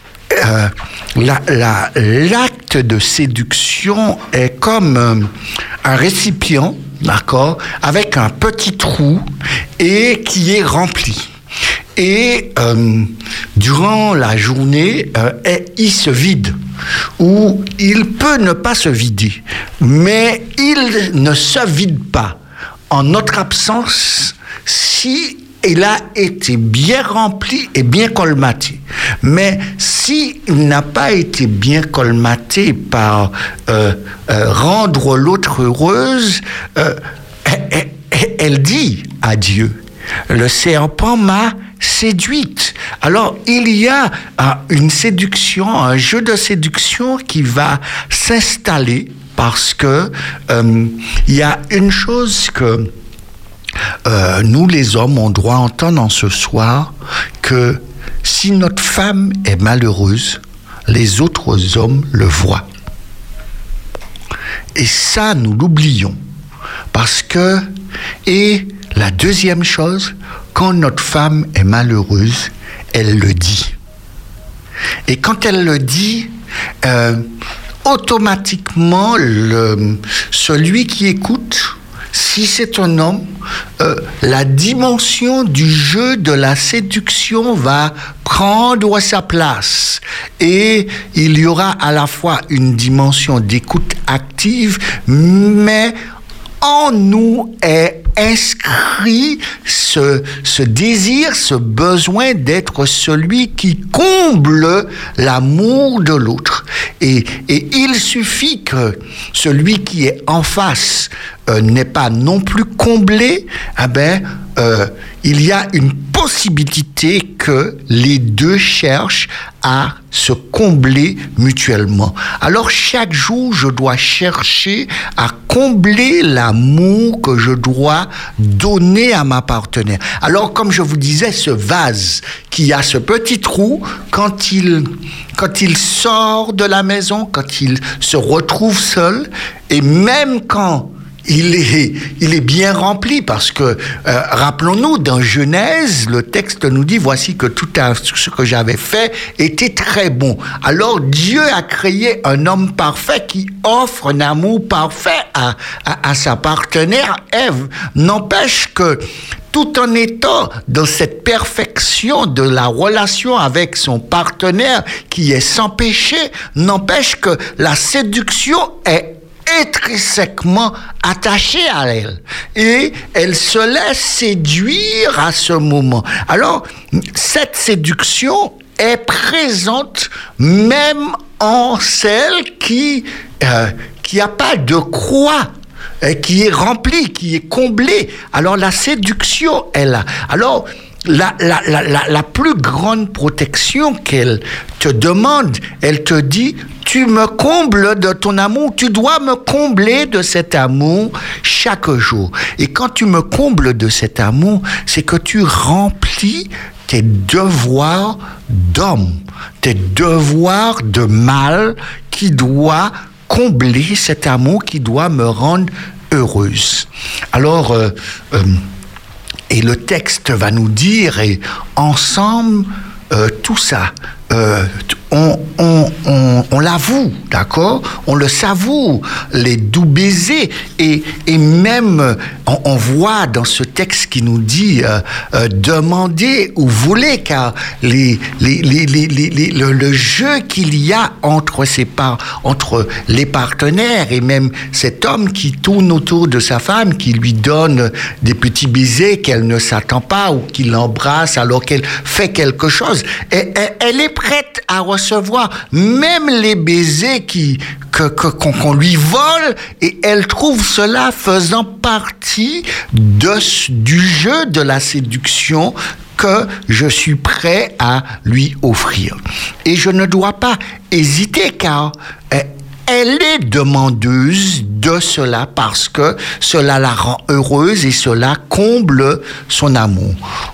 l'acte de séduction est comme un récipient, d'accord, avec un petit trou et qui est rempli. Et durant la journée, il se vide, ou il peut ne pas se vider, mais il ne se vide pas. En notre absence, si il a été bien rempli et bien colmaté. Mais s'il n'a pas été bien colmaté par rendre l'autre heureuse, elle dit à Dieu, le serpent m'a séduite. Alors, il y a une séduction, un jeu de séduction qui va s'installer parce que il y a une chose que nous, les hommes, on doit entendre en ce soir que si notre femme est malheureuse, les autres hommes le voient. Et ça, nous l'oublions. Parce que, et la deuxième chose, quand notre femme est malheureuse, elle le dit. Et quand elle le dit, automatiquement, celui qui écoute, si c'est un homme, la dimension du jeu de la séduction va prendre sa place. Et il y aura à la fois une dimension d'écoute active, mais en nous est inscrit ce désir, ce besoin d'être celui qui comble l'amour de l'autre. Et il suffit que celui qui est en face n'est pas non plus comblé, il y a une possibilité que les deux cherchent à se combler mutuellement. Alors chaque jour, je dois chercher à combler l'amour que je dois donner à ma partenaire. Alors comme je vous disais, ce vase qui a ce petit trou, quand il sort de la maison, quand il se retrouve seul, et même quand il est bien rempli parce que, rappelons-nous, dans Genèse, le texte nous dit, voici que tout ce que j'avais fait était très bon. Alors Dieu a créé un homme parfait qui offre un amour parfait à sa partenaire Ève. N'empêche que tout en étant dans cette perfection de la relation avec son partenaire qui est sans péché, n'empêche que la séduction est intrinsèquement attachée à elle et elle se laisse séduire à ce moment. Alors, cette séduction est présente même en celle qui a pas de croix, qui est remplie, qui est comblée. Alors, la séduction est là. Alors, la plus grande protection qu'elle te demande, elle te dit, tu me combles de ton amour, tu dois me combler de cet amour chaque jour. Et quand tu me combles de cet amour, c'est que tu remplis tes devoirs d'homme, tes devoirs de mâle qui doit combler cet amour, qui doit me rendre heureuse. Alors, et le texte va nous dire, et ensemble, tout ça, on l'avoue, d'accord? On le savoure, les doux baisers, et même on voit dans ce texte qui nous dit demandez ou voulez, car le jeu qu'il y a entre les partenaires, et même cet homme qui tourne autour de sa femme, qui lui donne des petits baisers qu'elle ne s'attend pas, ou qui l'embrasse alors qu'elle fait quelque chose, et elle est prête à recevoir même les baisers qu'on lui vole, et elle trouve cela faisant partie du jeu de la séduction que je suis prêt à lui offrir. Et je ne dois pas hésiter, car elle est demandeuse de cela parce que cela la rend heureuse et cela comble son amour.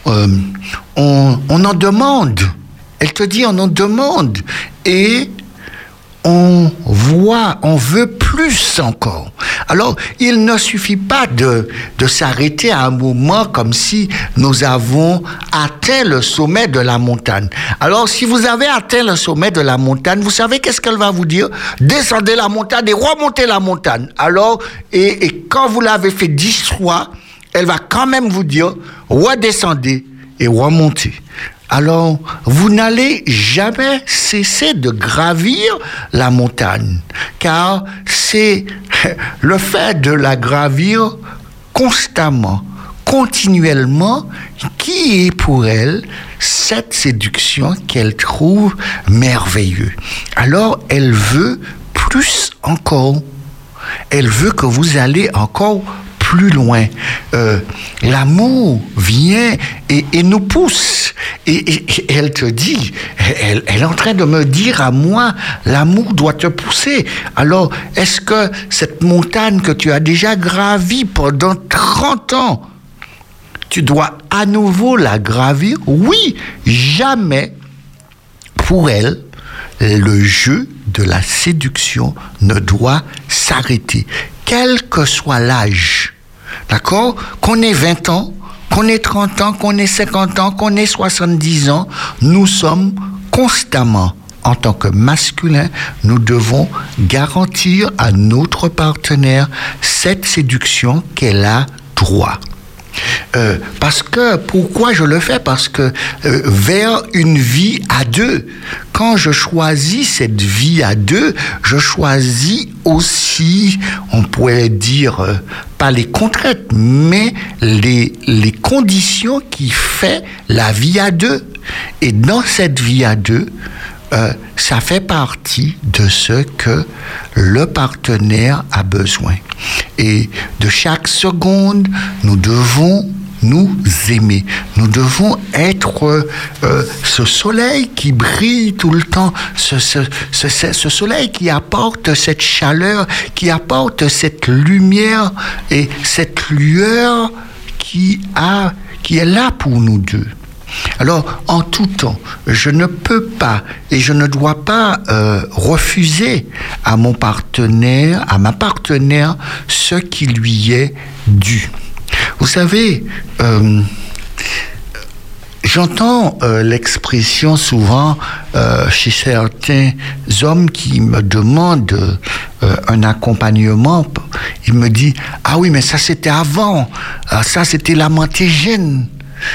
On en demande. Elle te dit, on en demande. Et on veut plus encore. Alors, il ne suffit pas de s'arrêter à un moment comme si nous avons atteint le sommet de la montagne. Alors, si vous avez atteint le sommet de la montagne, vous savez qu'est-ce qu'elle va vous dire? Descendez la montagne et remontez la montagne. Alors, et quand vous l'avez fait 10 fois, elle va quand même vous dire, redescendez et remontez. Alors, vous n'allez jamais cesser de gravir la montagne, car c'est le fait de la gravir constamment, continuellement, qui est pour elle cette séduction qu'elle trouve merveilleuse. Alors, elle veut plus encore. Elle veut que vous allez encore plus loin. L'amour vient et nous pousse. Et elle te dit, elle est en train de me dire à moi, l'amour doit te pousser. Alors, est-ce que cette montagne que tu as déjà gravie pendant 30 ans, tu dois à nouveau la gravir? Oui, jamais. Pour elle, le jeu de la séduction ne doit s'arrêter, quel que soit l'âge. D'accord? Qu'on ait 20 ans, qu'on ait 30 ans, qu'on ait 50 ans, qu'on ait 70 ans, nous sommes constamment, en tant que masculin, nous devons garantir à notre partenaire cette séduction qu'elle a droit. Parce que, pourquoi je le fais? Parce que vers une vie à deux, quand je choisis cette vie à deux, je choisis aussi, on pourrait dire, pas les contraintes, mais les conditions qui fait la vie à deux. Et dans cette vie à deux, ça fait partie de ce que le partenaire a besoin. Et de chaque seconde, nous devons nous aimer. Nous devons être ce soleil qui brille tout le temps, ce soleil qui apporte cette chaleur, qui apporte cette lumière et cette lueur qui est là pour nous deux. Alors, en tout temps, je ne peux pas et je ne dois pas refuser à mon partenaire, à ma partenaire, ce qui lui est dû. Vous savez, j'entends l'expression souvent chez certains hommes qui me demandent un accompagnement. Ils me disent « Ah oui, mais ça c'était avant, ça c'était la Montégienne. »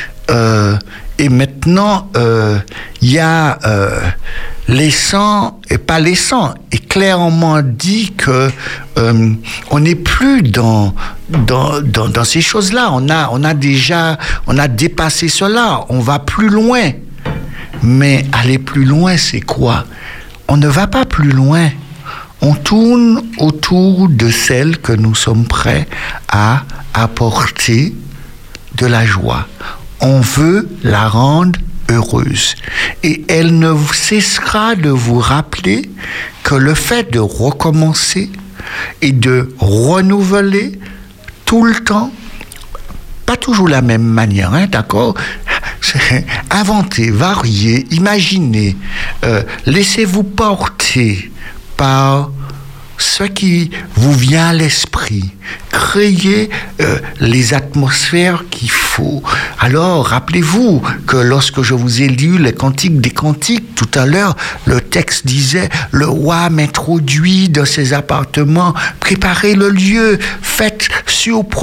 Et maintenant, il y a les sangs, et pas les sangs, et clairement dit que on n'est plus dans ces choses-là. On a dépassé cela. On va plus loin. Mais aller plus loin, c'est quoi? On ne va pas plus loin. On tourne autour de celle que nous sommes prêts à apporter de la joie. On veut la rendre heureuse. Et elle ne cessera de vous rappeler que le fait de recommencer et de renouveler tout le temps, pas toujours la même manière, hein, d'accord? Inventez, variez, imaginez, laissez-vous porter par ce qui vous vient à l'esprit. Créez les atmosphères qu'il faut. Alors, rappelez-vous que lorsque je vous ai lu les Cantiques des Cantiques, tout à l'heure, le texte disait « Le roi m'introduit dans ses appartements, préparez le lieu, faites, surprenez-la. »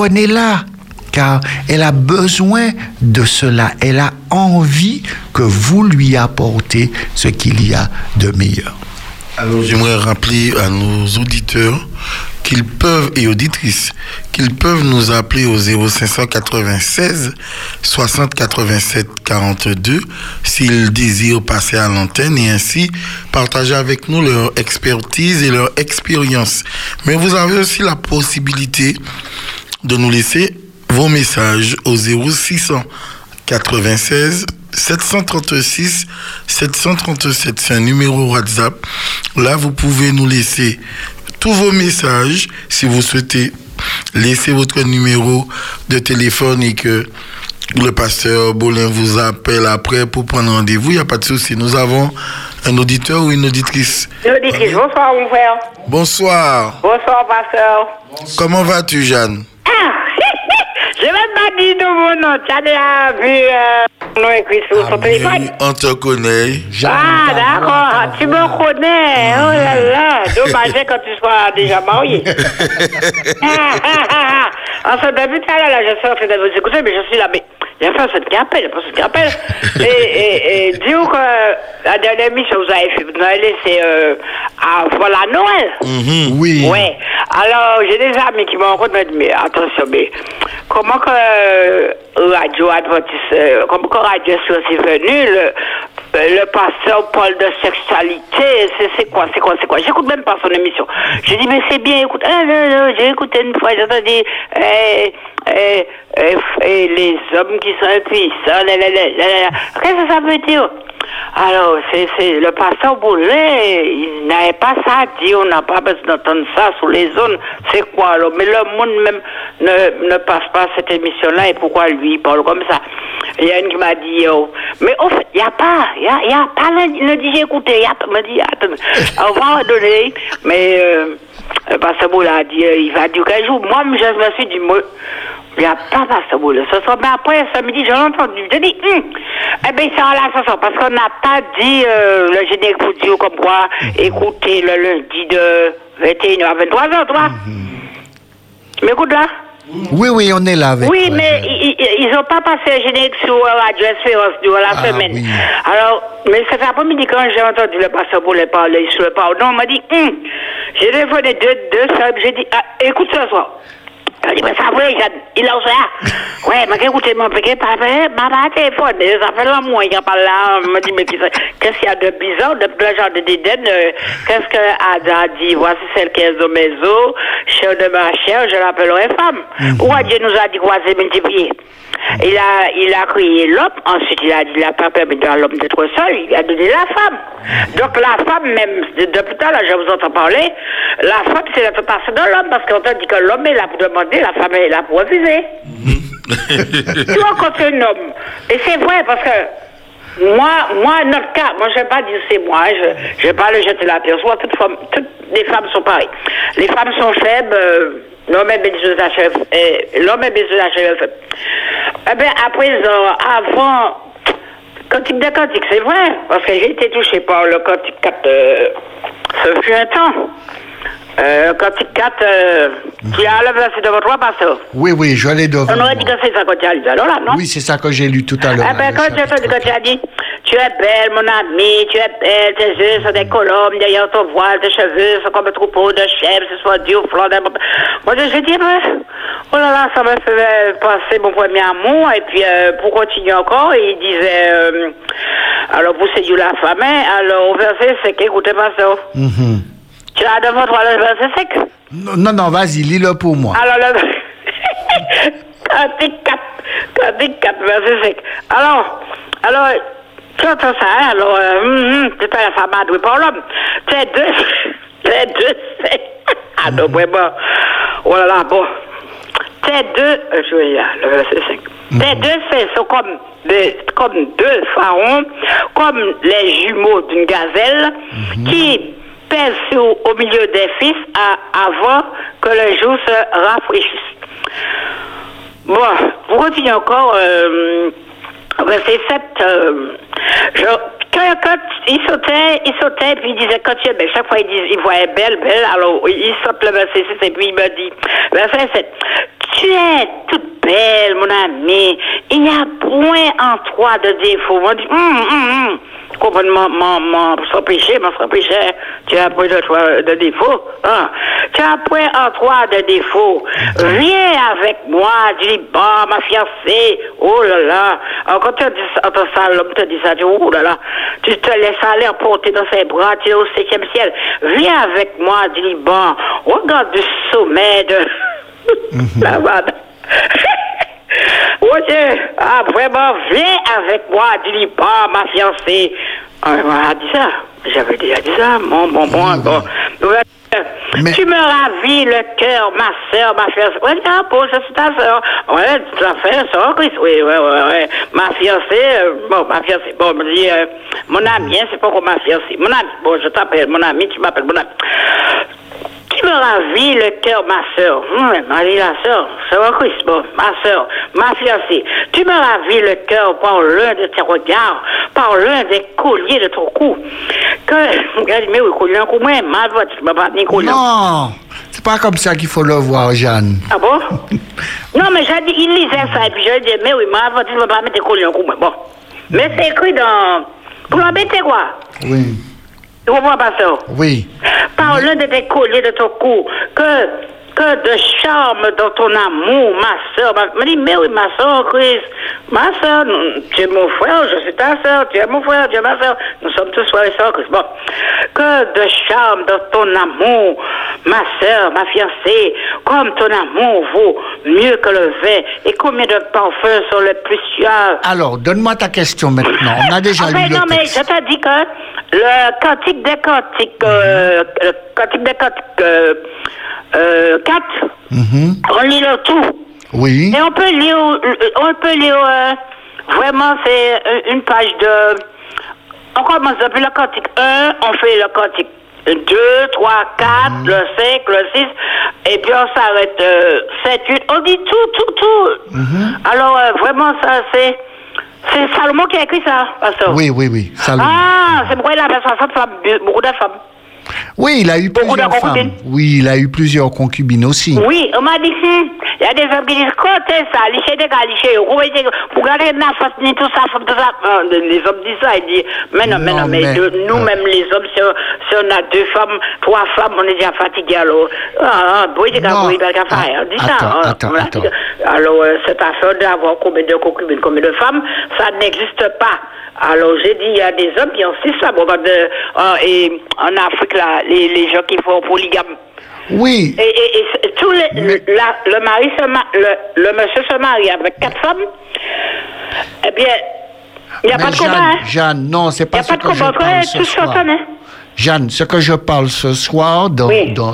Car elle a besoin de cela. Elle a envie que vous lui apportez ce qu'il y a de meilleur. Alors, j'aimerais rappeler à nos auditeurs qu'ils peuvent, et auditrices, qu'ils peuvent nous appeler au 0596 60 87 42 s'ils désirent passer à l'antenne et ainsi partager avec nous leur expertise et leur expérience. Mais vous avez aussi la possibilité de nous laisser vos messages au 0696 736 737, c'est un numéro WhatsApp. Là, vous pouvez nous laisser tous vos messages. Si vous souhaitez laisser votre numéro de téléphone et que le pasteur Bolin vous appelle après pour prendre rendez-vous, il n'y a pas de souci. Nous avons un auditeur ou une auditrice. Une auditrice, bonsoir mon frère. Bonsoir. Bonsoir pasteur. Bonsoir. Comment vas-tu, Jeanne? Je vais pas dire de mon nom. Tu as déjà vu mon écrit sur ton téléphone? On te connaît. Ah, d'accord. Tu me connais. Oh là là. Dommage quand tu sois déjà marié. En ce début, là, je suis en train de vous écouter, mais je suis là. Mais il y a personne qui appelle. Et dis-vous que la dernière émission, vous avez fait, vous avez laissé voilà Noël. Mm-hmm. Oui. Ouais. Alors, j'ai des amis qui m'ont dit, mais attention, mais comment que Radio Adventiste, comment que Radio est venu, le pasteur parle de sexualité, c'est quoi? J'écoute même pas son émission. Je dis, mais c'est bien, écoute. Non, j'ai écouté une fois, j'ai entendu, et les hommes qui sont impuissants, qu'est-ce que ça veut dire? Alors, c'est le pasteur Boulet, il n'avait pas ça à dire, on n'a pas besoin d'entendre ça sur les zones, c'est quoi alors? Mais le monde même ne passe pas cette émission-là, et pourquoi lui il parle comme ça? Il y a une qui m'a dit, mais au fait, il n'y a pas, le dit j'ai écouté, il m'a dit, attends, on va donner, mais le pasteur Boulet a dit, il va dire qu'un jour, moi, je me suis dit, moi, il n'y a pas pasteur Boulet ce soir, mais après, samedi, j'ai entendu, j'ai dit, eh bien, ça là, ce soir, parce qu'on n'a pas dit le générique pour dire comme quoi, écoutez le lundi de 21h à 23h, toi. Mais écoute là. Oui, on est là avec oui, toi, mais ils n'ont pas passé le générique sur Radio Espérance durant la semaine. Oui. Alors, mais cet après-midi, quand j'ai entendu le pasteur Boulet parler sur le pardon, on m'a dit, j'ai téléphoné deux sœurs, j'ai dit, écoute ce soir. Je dis, mais ça va, il a ça. Ouais, mais écoutez, mon péché, papa, téléphone, ça fait l'amour, il n'y a pas là. Je me dis, mais qu'est-ce qu'il y a de bizarre, de genre de dédaine? Qu'est-ce que Ada a dit? Voici celle qui est de mes os, chère de ma chair, je l'appellerai femme. Ou Dieu nous a dit quoi, c'est multiplié. Il a créé l'homme, ensuite il a dit, il n'a pas permis à l'homme d'être seul, il a donné la femme. Donc la femme, même, depuis tout à l'heure, je vous entends parler, la femme, c'est la tentation de l'homme, parce qu'on t'a dit que l'homme est là pour demander, la femme est là pour refuser. Tu vois, quand c'est un homme, et c'est vrai, parce que moi, notre cas, moi, je ne vais pas dire c'est moi, je ne vais pas le jeter la pierre. Soit toutes les femmes sont pareilles. Les femmes sont faibles, l'homme est béni de la chèvre. Eh bien, à présent, avant, cantique de cantique, c'est vrai, parce que j'ai été touché par le cantique 4, ce fut un temps. Cantique 4, tu as le verset devant toi, pasteur? Oui, je l'ai devant. On aurait dit que c'est ça que tu as lu alors là, non? Oui, c'est ça que j'ai lu tout à l'heure. Eh bien, quand tu as dit, tu es belle, mon ami, tu es belle, tes yeux sont des colombes, derrière ton voile, tes cheveux sont comme un troupeau de chèvres, ce soit Dieu au flanc d'un... Moi, je dis, oh là là, ça me fait passer mon premier amour, et puis, pour continuer encore, il disait, alors, pour séduire la femme, alors, au verset 5, écoutez, pasteur. Tu as devant toi le verset 5? Non, vas-y, lis-le pour moi. Alors, Cantique 4, verset 5. Alors, tu entends ça, hein? Alors, c'est pas la femme adouée par l'homme. C'est deux, c'est... Ah non, vraiment. Oh là là, bon. Ces deux, je vais là, le verset 5. Ces deux faits sont comme deux pharaons, comme les jumeaux d'une gazelle, qui pèsent au milieu des fils avant que le jour se rafraîchisse. Bon, vous continuez encore, verset 7, quand il sautait, puis il disait, quand tu es belle, chaque fois il voyait belle, alors il saute le verset 6, et puis il me dit, verset 7, tu es toute belle, mon ami, il n'y a point en toi de défaut. On dit, complètement, sans péché, tu as point de toi de défaut. Hein? Tu as point en toi de défaut. Viens avec moi, du Liban, ma fiancée. Oh là là. Alors, quand tu as dit ça, l'homme te dit ça, tu dis, oh là là. Tu te laisses aller emporter dans ses bras, tu es au 7e ciel. Viens avec moi, du Liban. Regarde du sommet de la vanne. Oh Dieu, vraiment, viens avec moi, du Liban, ma fiancée. On a dit ça. J'avais déjà dit ça. Bon. Mais... Tu me ravis le cœur, ma soeur, ma fiancée. Ouais, c'est ta soeur. Ouais, tu as fait ça, Christ. Oui. Ma fiancée. Bon, me dit, mon ami, c'est pas comme ma fiancée. Mon ami, bon, je t'appelle mon ami, tu m'appelles mon ami. Tu me ravis le cœur, ma soeur. La soeur, Christ, bon, ma soeur, ma fiancée. Tu me ravis le cœur par l'un de tes regards, par l'un des colliers de ton cou. Regarde, mais oui, collier un coup, moi, ma voix, tu m'as pas dit collier. Non, c'est pas comme ça qu'il faut le voir, Jeanne. Ah bon? Non, mais j'ai dit, il lisait ça, et puis je dis, mais oui, ma voix, tu m'as pas mis collier un coup, moi. Bon. Mais c'est écrit dans. Pour l'embêter, quoi? Oui. Tu comprends pas ça? Oui. Par l'un de tes colliers de ton cou, que de charme dans ton amour, ma soeur. Me dit, mais oui, ma soeur, Chris, ma soeur, tu es mon frère, je suis ta soeur, tu es mon frère, tu es ma soeur. Nous sommes tous frères et soeurs, Chris. Bon. Que de charme dans ton amour, ma soeur, ma fiancée, comme ton amour vaut mieux que le vin, et combien de parfums sont les plus suaves. Alors, donne-moi ta question maintenant. On a déjà lu le non, texte. Mais je te dis que le cantique des cantiques, 4, on lit le tout. Oui. Et on peut lire vraiment, c'est une page de... On commence depuis le cantique 1, on fait le cantique 2, 3, 4, le 5, le 6, et puis on s'arrête 7, 8, on dit tout. Alors, vraiment, ça, c'est Salomon qui a écrit ça, pasteur. Oui, Salomon. Ah, c'est pourquoi il avait 60 femmes, beaucoup de femmes. Oui, il a eu plusieurs femmes. Oui, il a eu plusieurs concubines aussi. Oui, on m'a dit Il y a des hommes qui disent, côté ça, licher des gars, licher, pour garder la face, ni tout ça, les hommes disent ça, ils disent, mais nous-mêmes, les hommes, si on a 2 femmes, 3 femmes, on est déjà fatigués, alors, Attends. Alors, cette affaire d'avoir combien de concubines, combien de femmes, ça n'existe pas. Alors, j'ai dit, il y a des hommes qui insistent là. Et en Afrique, là, les gens qui font polygame. Oui. Et tous le mari le monsieur se marie avec 4 femmes. Eh bien, il n'y a pas de combat. Jeanne, non, c'est pas ce que je parle ce soir. Jeanne, ce que je parle ce soir, dans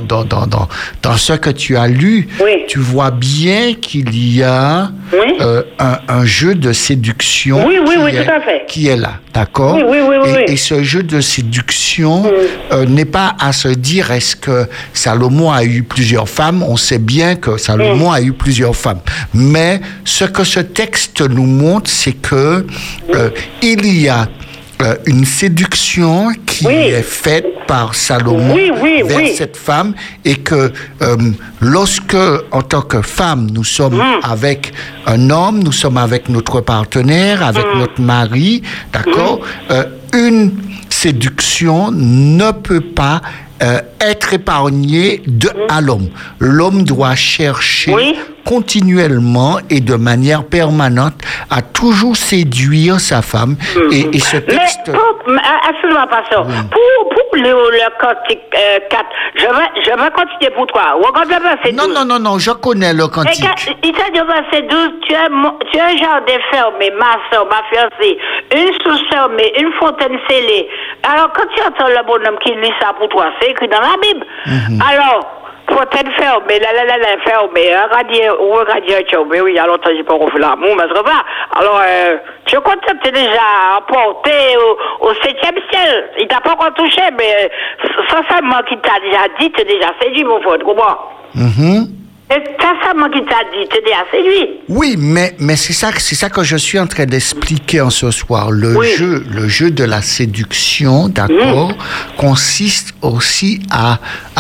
ce que tu as lu, tu vois bien qu'il y a un jeu de séduction qui est là, d'accord? Et ce jeu de séduction n'est pas à se dire est-ce que Salomon a eu plusieurs femmes? On sait bien que Salomon a eu plusieurs femmes. Mais ce que ce texte nous montre, c'est que il y a une séduction qui est faite par Salomon vers cette femme et que lorsque, en tant que femme, nous sommes avec un homme, nous sommes avec notre partenaire, avec notre mari, d'accord, une séduction ne peut pas être épargnée à l'homme. L'homme doit chercher continuellement et de manière permanente à toujours séduire sa femme. Et ce texte... Mais, absolument pas ça. Pour le cantique 4, je vais continuer pour toi. Non, je connais le cantique. Il t'a dit au verset 12, tu es un jardin fermé, ma soeur, ma fiancée, une source fermée, une fontaine scellée. Alors, quand tu entends le bonhomme qui lit ça pour toi, c'est écrit dans la Bible. Alors, fontaine fermée, fermée, un radiateur, mais oui, il y a longtemps, j'ai pas refait l'amour, mais c'est pas. Alors, je compte que tu es déjà emporté au 7e ciel. Il t'a pas encore touché, mais sincèrement, qui t'a déjà dit, tu es déjà séduit, mon frère, tu comprends? C'est sincèrement qui t'a dit, tu es déjà séduit. Oui, mais c'est ça que je suis en train d'expliquer en ce soir. Le jeu de la séduction, d'accord, consiste aussi à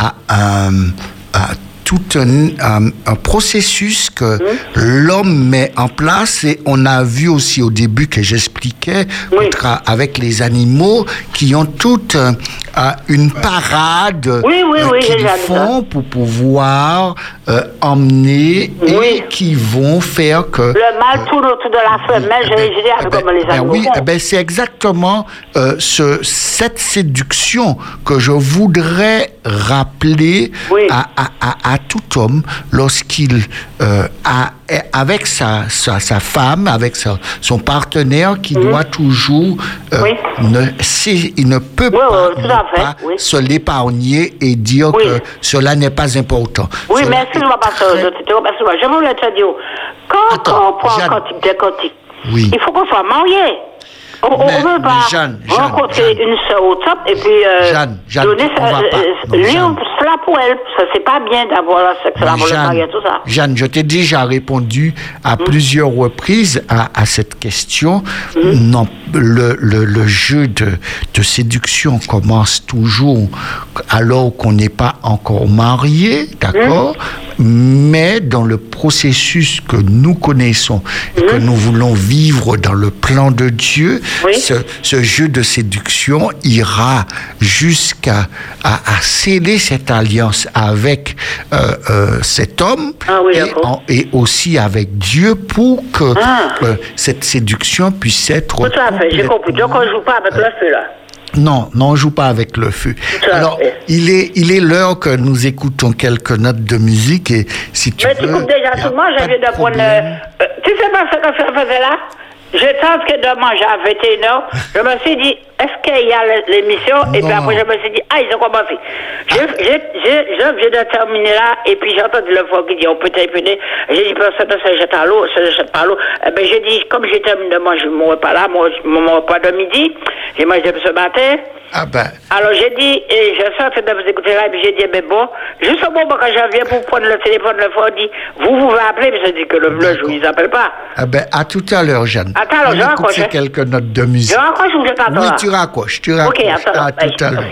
tout un processus que l'homme met en place et on a vu aussi au début que j'expliquais avec les animaux qui ont toute une parade qu'ils font pour pouvoir emmener et qui vont faire que... Le mâle tourne autour de la femelle, j'ai dit comme les animaux. Oui, c'est exactement cette séduction que je voudrais rappeler à tout homme lorsqu'il avec sa femme, avec son partenaire qui doit toujours il ne peut pas se l'épargner et dire que cela n'est pas important. Oui, cela mais excuse-moi pas ça, je voulais te dire, quand on prend un cantique, il faut qu'on soit marié. On ne peut pas rencontrer une sœur au top et puis donner cela pour elle. Ça, c'est pas bien d'avoir la sexe avant le mariage, tout ça. Jeanne, je t'ai déjà répondu à plusieurs reprises à cette question. Non, le jeu de séduction commence toujours alors qu'on n'est pas encore marié, d'accord? Mais dans le processus que nous connaissons et que nous voulons vivre dans le plan de Dieu, ce jeu de séduction ira jusqu'à sceller cette alliance avec cet homme et aussi avec Dieu pour que cette séduction puisse être... Tout à fait, j'ai compris. Donc on ne joue pas avec le feu là. Non, on ne joue pas avec le feu. Alors, il est l'heure que nous écoutons quelques notes de musique et si tu veux... Mais tu coupes déjà tout le monde, je viens de prendre... tu sais pas ce que ça faisait là? Je tente que de manger à 21h. Je me suis dit, est-ce qu'il y a l'émission? Et puis après, je me suis dit, ils ont commencé. Je viens de terminer là, et puis j'ai entendu le voix qui dit, on peut t'épuner. J'ai dit, personne ne se jette à l'eau, pas l'eau. Ben, j'ai dit, comme j'ai terminé de manger mon repas là, mon repas de midi, j'ai mangé ce matin. Alors j'ai dit, et je suis en train de vous écouter là, et puis j'ai dit, mais bon, juste au moment quand je viens pour prendre le téléphone, le phone dit, vous pouvez appeler, puis je dis que le jour, ils n'appellent pas. À tout à l'heure, Jeanne. Attends, alors, je raccroche. Quelques notes de musique. Je raccroche ou je t'attends? Oui, tu raccroches. Ok, attends. À tout à l'heure.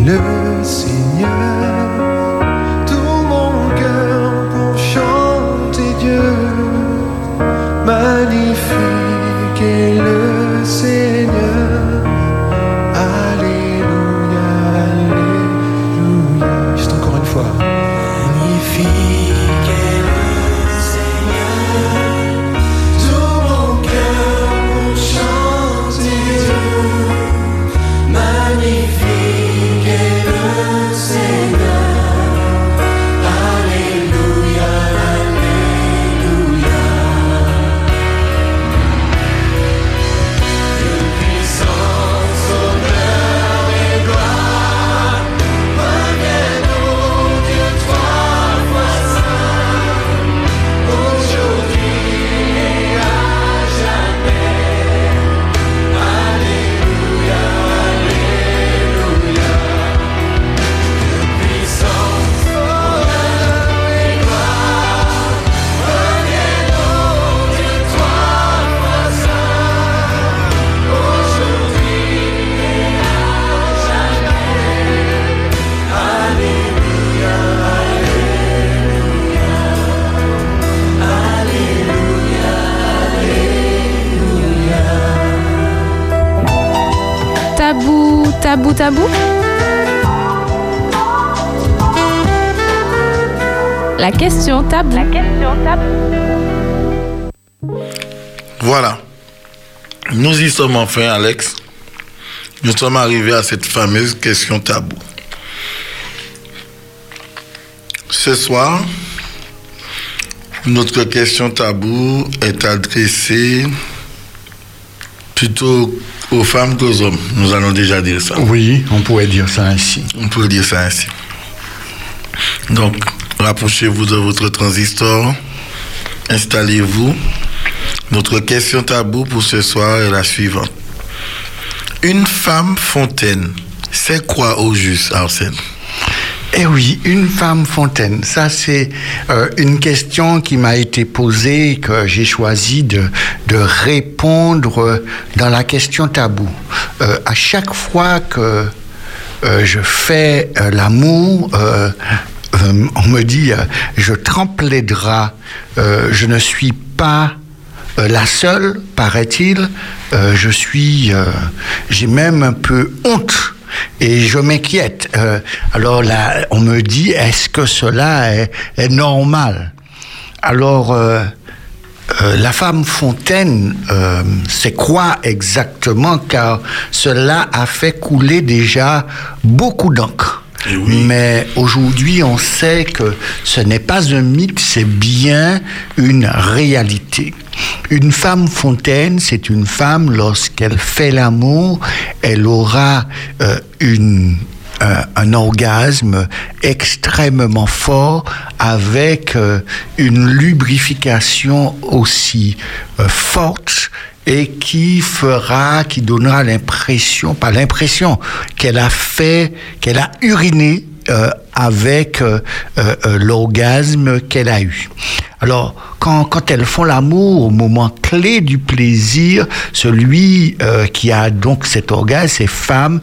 le Seigneur. Tout mon cœur pour chanter Dieu. Magnifique est le Seigneur. Alléluia, Alléluia. Juste encore une fois. Magnifique est le Seigneur. Tout mon cœur pour chanter Dieu. Magnifique est le Seigneur. Alléluia, Alléluia. Que puissance, honneur et gloire reviennent au Dieu trois fois saint, aujourd'hui et à jamais. Alléluia, Alléluia. Que puissance, honneur et gloire reviennent au Dieu trois fois saint, aujourd'hui et à jamais. Alléluia, Alléluia. Alléluia, Alléluia. Tabou, tabou, tabou. La question tabou. Voilà. Nous y sommes enfin, Alex. Nous sommes arrivés à cette fameuse question tabou. Ce soir, notre question tabou est adressée plutôt aux femmes qu'aux hommes. Nous allons déjà dire ça. Oui, on pourrait dire ça ainsi. On peut dire ça ainsi. Donc, rapprochez-vous de votre transistor, installez-vous. Notre question tabou pour ce soir est la suivante. Une femme fontaine, c'est quoi au juste, Arsène? Eh oui, une femme fontaine. Ça, c'est une question qui m'a été posée, que j'ai choisi de répondre dans la question tabou. À chaque fois que je fais l'amour, on me dit, je trempe les draps, je ne suis pas la seule, paraît-il. J'ai même un peu honte. Et je m'inquiète. Alors là, on me dit, est-ce que cela est normal? Alors, la femme fontaine, c'est quoi exactement? Car cela a fait couler déjà beaucoup d'encre. Oui. Mais aujourd'hui, on sait que ce n'est pas un mythe, c'est bien une réalité. Une femme fontaine, c'est une femme, lorsqu'elle fait l'amour, elle aura un orgasme extrêmement fort avec une lubrification aussi forte et qui donnera l'impression, pas l'impression, qu'elle a uriné avec l'orgasme qu'elle a eu. Alors, quand elles font l'amour, au moment clé du plaisir, celui qui a donc cet orgasme, ces femmes,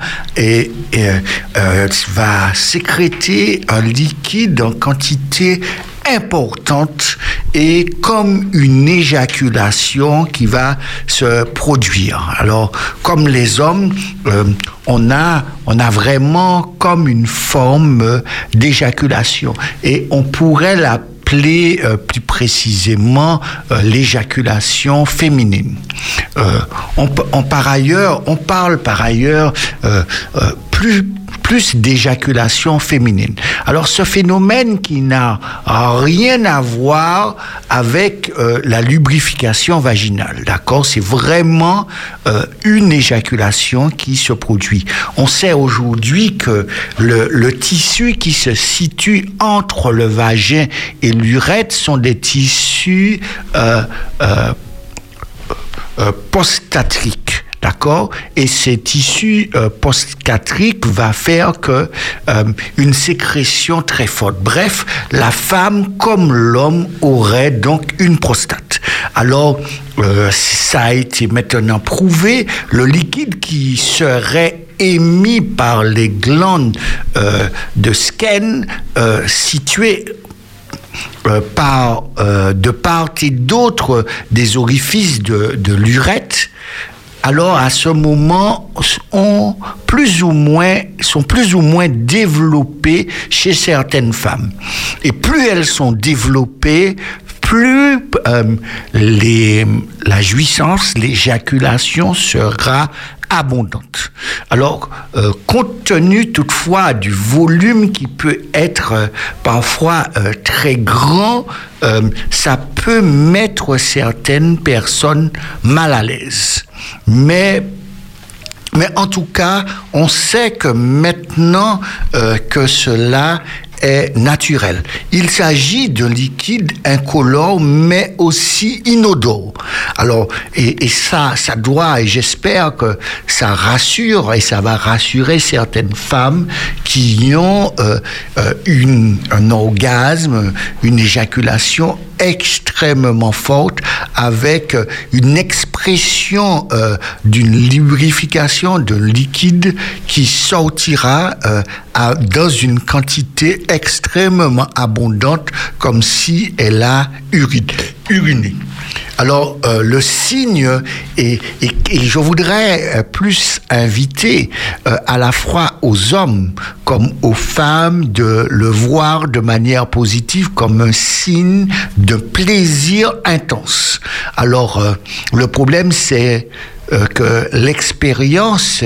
va sécréter un liquide en quantité importante et comme une éjaculation qui va se produire. Alors, comme les hommes, on a vraiment comme une forme d'éjaculation et on pourrait l'appeler plus précisément l'éjaculation féminine. On parle par ailleurs plus d'éjaculation féminine. Alors ce phénomène qui n'a rien à voir avec la lubrification vaginale, d'accord? C'est vraiment une éjaculation qui se produit. On sait aujourd'hui que le tissu qui se situe entre le vagin et l'urètre sont des tissus postgastriques. D'accord? Et ces tissus postgastriques va faire que une sécrétion très forte. Bref, la femme comme l'homme aurait donc une prostate. Alors, ça a été maintenant prouvé, le liquide qui serait émis par les glandes de Skene situées de part et d'autre des orifices de l'urètre, alors à ce moment sont plus ou moins développées chez certaines femmes. Et plus elles sont développées, plus la jouissance, l'éjaculation sera abondante. Alors, compte tenu toutefois du volume qui peut être parfois très grand, ça peut mettre certaines personnes mal à l'aise. Mais en tout cas, on sait que maintenant que cela est naturel. Il s'agit d'un liquide incolore, mais aussi inodore. Alors, et ça doit, et j'espère que ça rassure, et ça va rassurer certaines femmes qui ont un orgasme, une éjaculation extrêmement forte, avec une expression d'une lubrification de liquide qui sortira dans une quantité extrêmement abondante, comme si elle a uriné. Alors, le signe, et je voudrais plus inviter à la fois aux hommes comme aux femmes de le voir de manière positive comme un signe de plaisir intense. Alors, le problème, c'est que l'expérience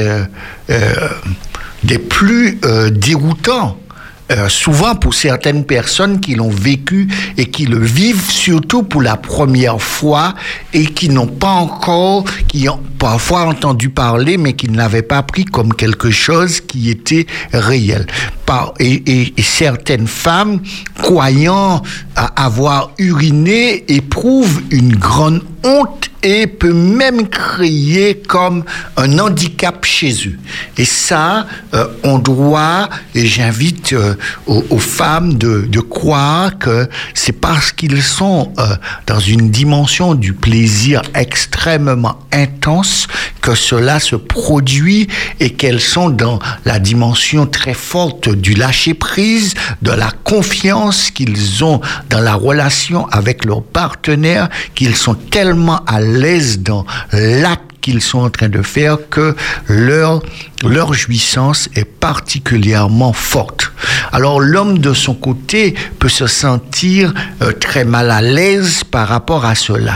des plus déroutants, souvent pour certaines personnes qui l'ont vécu et qui le vivent surtout pour la première fois et qui n'ont pas encore, qui ont parfois entendu parler mais qui ne l'avaient pas pris comme quelque chose qui était réel. Et certaines femmes, croyant avoir uriné, éprouvent une grande honte et peut même créer comme un handicap chez eux. Et ça, on doit, et j'invite aux femmes de croire que c'est parce qu'ils sont dans une dimension du plaisir extrêmement intense que cela se produit et qu'elles sont dans la dimension très forte du lâcher-prise, de la confiance qu'ils ont dans la relation avec leur partenaire, qu'ils sont tellement à l'aise dans l'acte qu'ils sont en train de faire que leur jouissance est particulièrement forte. Alors l'homme de son côté peut se sentir très mal à l'aise par rapport à cela.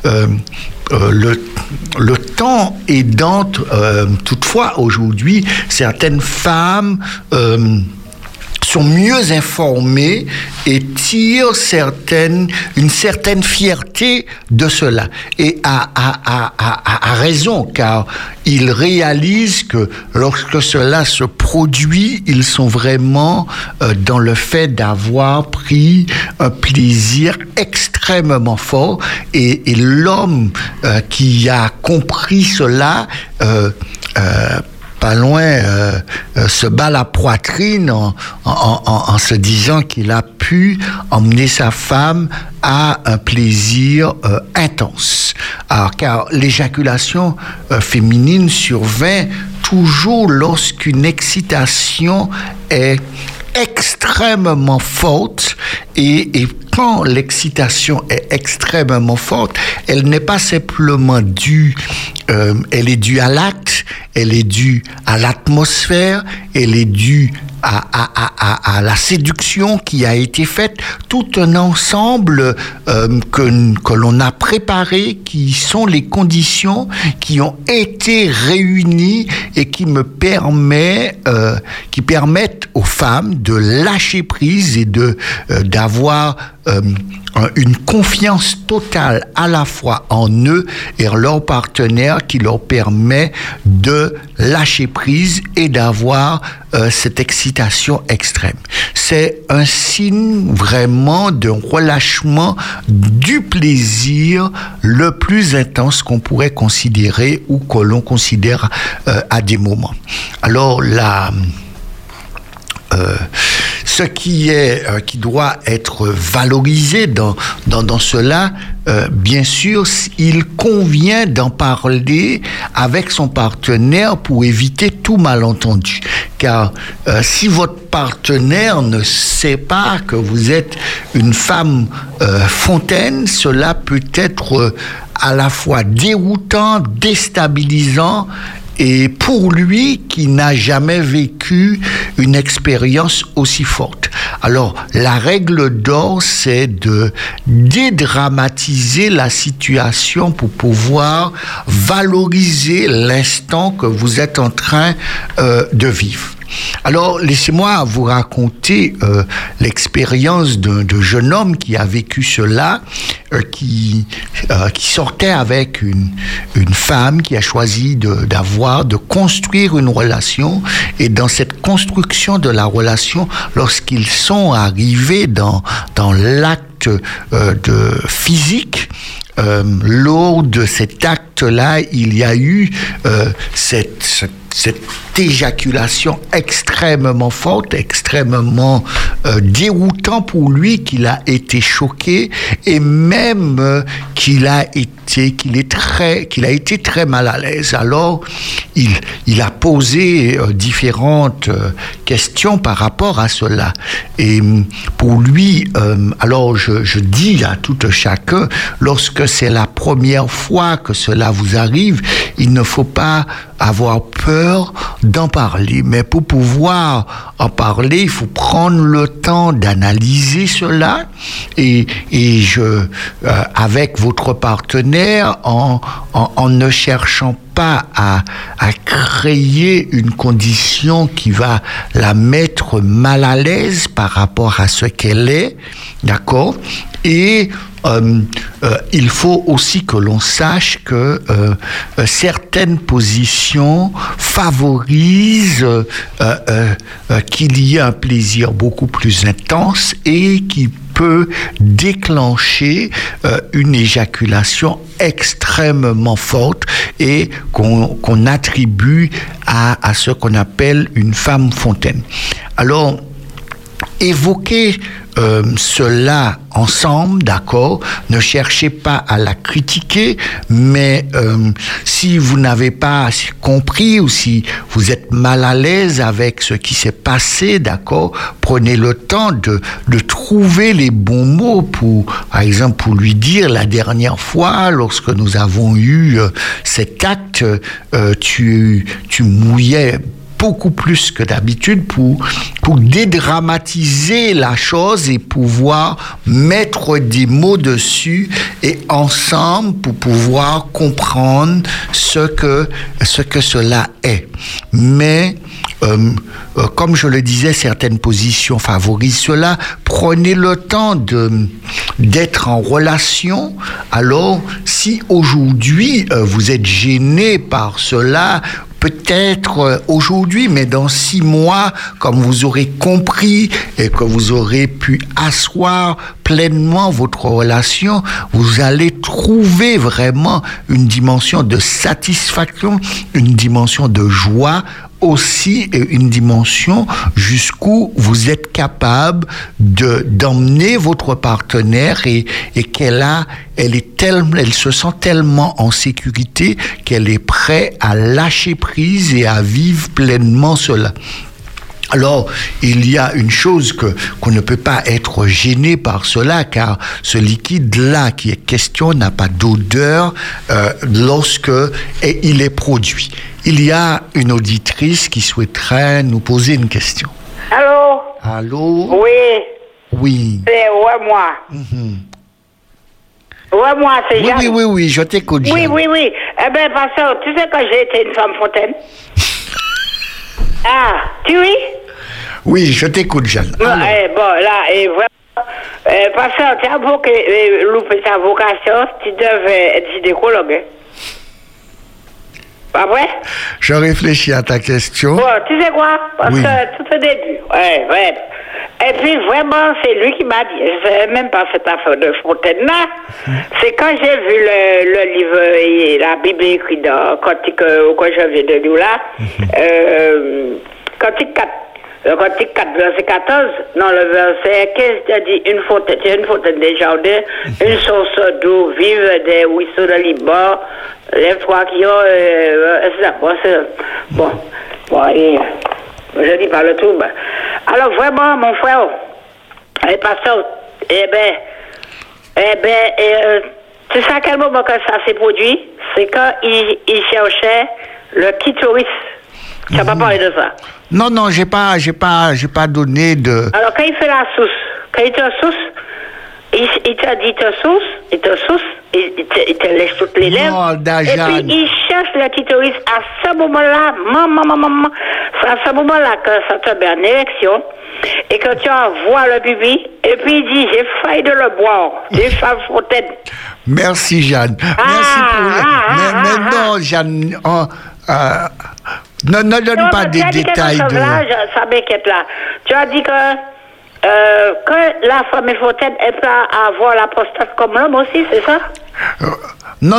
Le temps aidant, toutefois aujourd'hui, certaines femmes sont mieux informés et tirent une certaine fierté de cela. Et à raison, car ils réalisent que lorsque cela se produit, ils sont vraiment dans le fait d'avoir pris un plaisir extrêmement fort. Et l'homme qui a compris cela, pas loin, se bat la poitrine en se disant qu'il a pu emmener sa femme à un plaisir intense. Alors, car l'éjaculation féminine survient toujours lorsqu'une excitation est extrêmement forte et quand l'excitation est extrêmement forte, elle n'est pas simplement due, elle est due à l'acte, elle est due à l'atmosphère, elle est due à la séduction qui a été faite, tout un ensemble que l'on a préparé, qui sont les conditions qui ont été réunies et qui permettent aux femmes de lâcher prise et d'avoir une confiance totale à la fois en eux et en leur partenaire qui leur permet de lâcher prise et d'avoir cette excitation extrême. C'est un signe vraiment d'un relâchement du plaisir le plus intense qu'on pourrait considérer ou que l'on considère à des moments. Alors ce qui doit être valorisé dans cela, bien sûr, il convient d'en parler avec son partenaire pour éviter tout malentendu. Car si votre partenaire ne sait pas que vous êtes une femme fontaine, cela peut être à la fois déroutant, déstabilisant, et pour lui qui n'a jamais vécu une expérience aussi forte. Alors, la règle d'or, c'est de dédramatiser la situation pour pouvoir valoriser l'instant que vous êtes en train de vivre. Alors, laissez-moi vous raconter l'expérience d'un jeune homme qui a vécu cela, qui sortait avec une femme qui a choisi de construire une relation. Et dans cette construction de la relation, lorsqu'ils sont arrivés dans l'acte de physique, lors de cet acte-là, il y a eu cette éjaculation extrêmement forte, extrêmement déroutant pour lui, qu'il a été choqué et même qu'il a été très mal à l'aise. Alors, il a posé différentes questions par rapport à cela. Et pour lui, alors je dis à tout chacun, lorsque c'est la première fois que cela vous arrive, il ne faut pas avoir peur d'en parler. Mais pour pouvoir en parler, il faut prendre le temps d'analyser cela et avec votre partenaire en ne cherchant pas à créer une condition qui va la mettre mal à l'aise par rapport à ce qu'elle est, d'accord? Et il faut aussi que l'on sache que certaines positions favorisent qu'il y ait un plaisir beaucoup plus intense et qui peut déclencher une éjaculation extrêmement forte et qu'on attribue à ce qu'on appelle une femme fontaine. Alors, évoquer cela ensemble, d'accord? Ne cherchez pas à la critiquer, mais si vous n'avez pas compris ou si vous êtes mal à l'aise avec ce qui s'est passé, d'accord? Prenez le temps de trouver les bons mots par exemple, pour lui dire la dernière fois, lorsque nous avons eu cet acte, tu mouillais beaucoup plus que d'habitude pour dédramatiser la chose et pouvoir mettre des mots dessus et ensemble pour pouvoir comprendre ce que cela est. Mais comme je le disais, certaines positions favorisent cela. Prenez le temps d'être en relation. Alors, si aujourd'hui vous êtes gêné par cela, peut-être aujourd'hui, mais dans 6 mois, comme vous aurez compris et que vous aurez pu asseoir pleinement votre relation, vous allez trouver vraiment une dimension de satisfaction, une dimension de joie, aussi une dimension jusqu'où vous êtes capable d'emmener votre partenaire et elle se sent tellement en sécurité qu'elle est prête à lâcher prise et à vivre pleinement cela. Alors, il y a une chose qu'on ne peut pas être gêné par cela, car ce liquide-là qui est question n'a pas d'odeur lorsque il est produit. Il y a une auditrice qui souhaiterait nous poser une question. Allô? Allô? Oui. Oui. C'est moi. Ouais, moi, c'est Jeanne. Oui, je t'écoute, Jeanne. Oui. Eh bien, pasteur, tu sais quand j'ai été une femme fontaine? Ah, tu oui? Oui, je t'écoute, Jeanne. Bon, là, vraiment, pasteur, tu as loupé ta vocation, tu devais être gynécologue. Pas vrai? Je réfléchis à ta question. Bon, tu sais quoi? Parce que tout au début, ouais. Et puis vraiment, c'est lui qui m'a dit, je ne savais même pas cette affaire de Fontaine-là. C'est quand j'ai vu le livre et la Bible écrite dans Cantique, que je viens de lire là, Cantique 4, Le Cantique 4, verset 14, non, le verset 15, tu dit une fontaine des jardins, une source d'eau vive des ruisseaux de Liban, les trois qui ont. C'est ça, bon, et, je dis pas le tout. Ben. Alors, vraiment, mon frère, et pasteur, c'est ça à quel moment que ça s'est produit? C'est quand il cherchait le clitoris. Tu n'as pas parlé de ça? Non, j'ai pas donné de... Alors, quand il fait la sauce, quand il te sauce, il te sauce, il te lèche toutes les lèvres. Non, Dajan. Et puis, il cherche le clitoris. À ce moment-là, maman, c'est à ce moment-là que ça te met en érection et que tu envoies le bibi. Et puis, il dit, j'ai failli de le boire. J'ai failli fontaine. Merci, Jeanne. Merci pour... Mais non, Jeanne... ne donne pas des détails de... Ça m'inquiète là. Tu as dit que quand la femme est fontaine, elle peut avoir la prostate comme l'homme aussi, c'est ça? Non.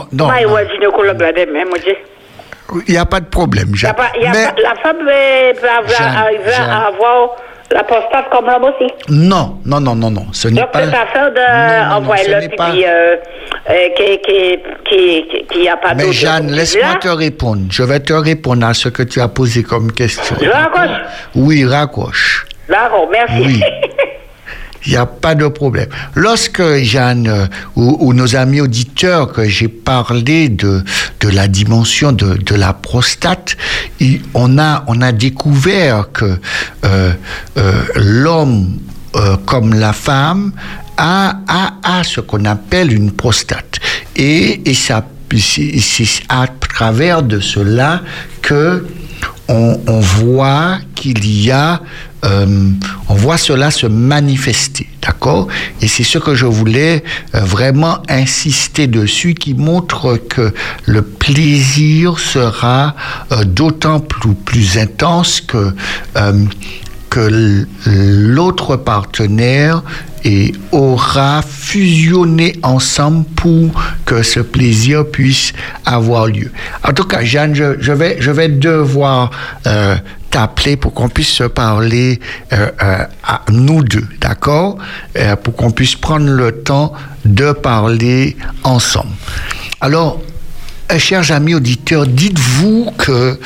Il n'y a pas de problème, Jeanne. La femme peut arriver à avoir la prostate comme l'homme aussi? Non. Ce n'est donc, pas... c'est affaire d'envoyer le pipi qui n'a pas d'eau. Mais Jeanne, laisse-moi te répondre. Je vais te répondre à ce que tu as posé comme question. Je raccroche? Oui, raccroche. D'accord, merci. Oui. Il n'y a pas de problème. Lorsque, Jeanne, ou nos amis auditeurs, que j'ai parlé de la dimension de la prostate, on a découvert que l'homme, comme la femme, a ce qu'on appelle une prostate. Et c'est à travers de cela que on voit qu'il y a... on voit cela se manifester, d'accord? Et c'est ce que je voulais vraiment insister dessus, qui montre que le plaisir sera d'autant plus intense que l'autre partenaire aura fusionné ensemble pour que ce plaisir puisse avoir lieu. En tout cas, Jeanne, je vais devoir t'appeler pour qu'on puisse se parler à nous deux, d'accord? Pour qu'on puisse prendre le temps de parler ensemble. Alors, chers amis auditeurs, dites-vous que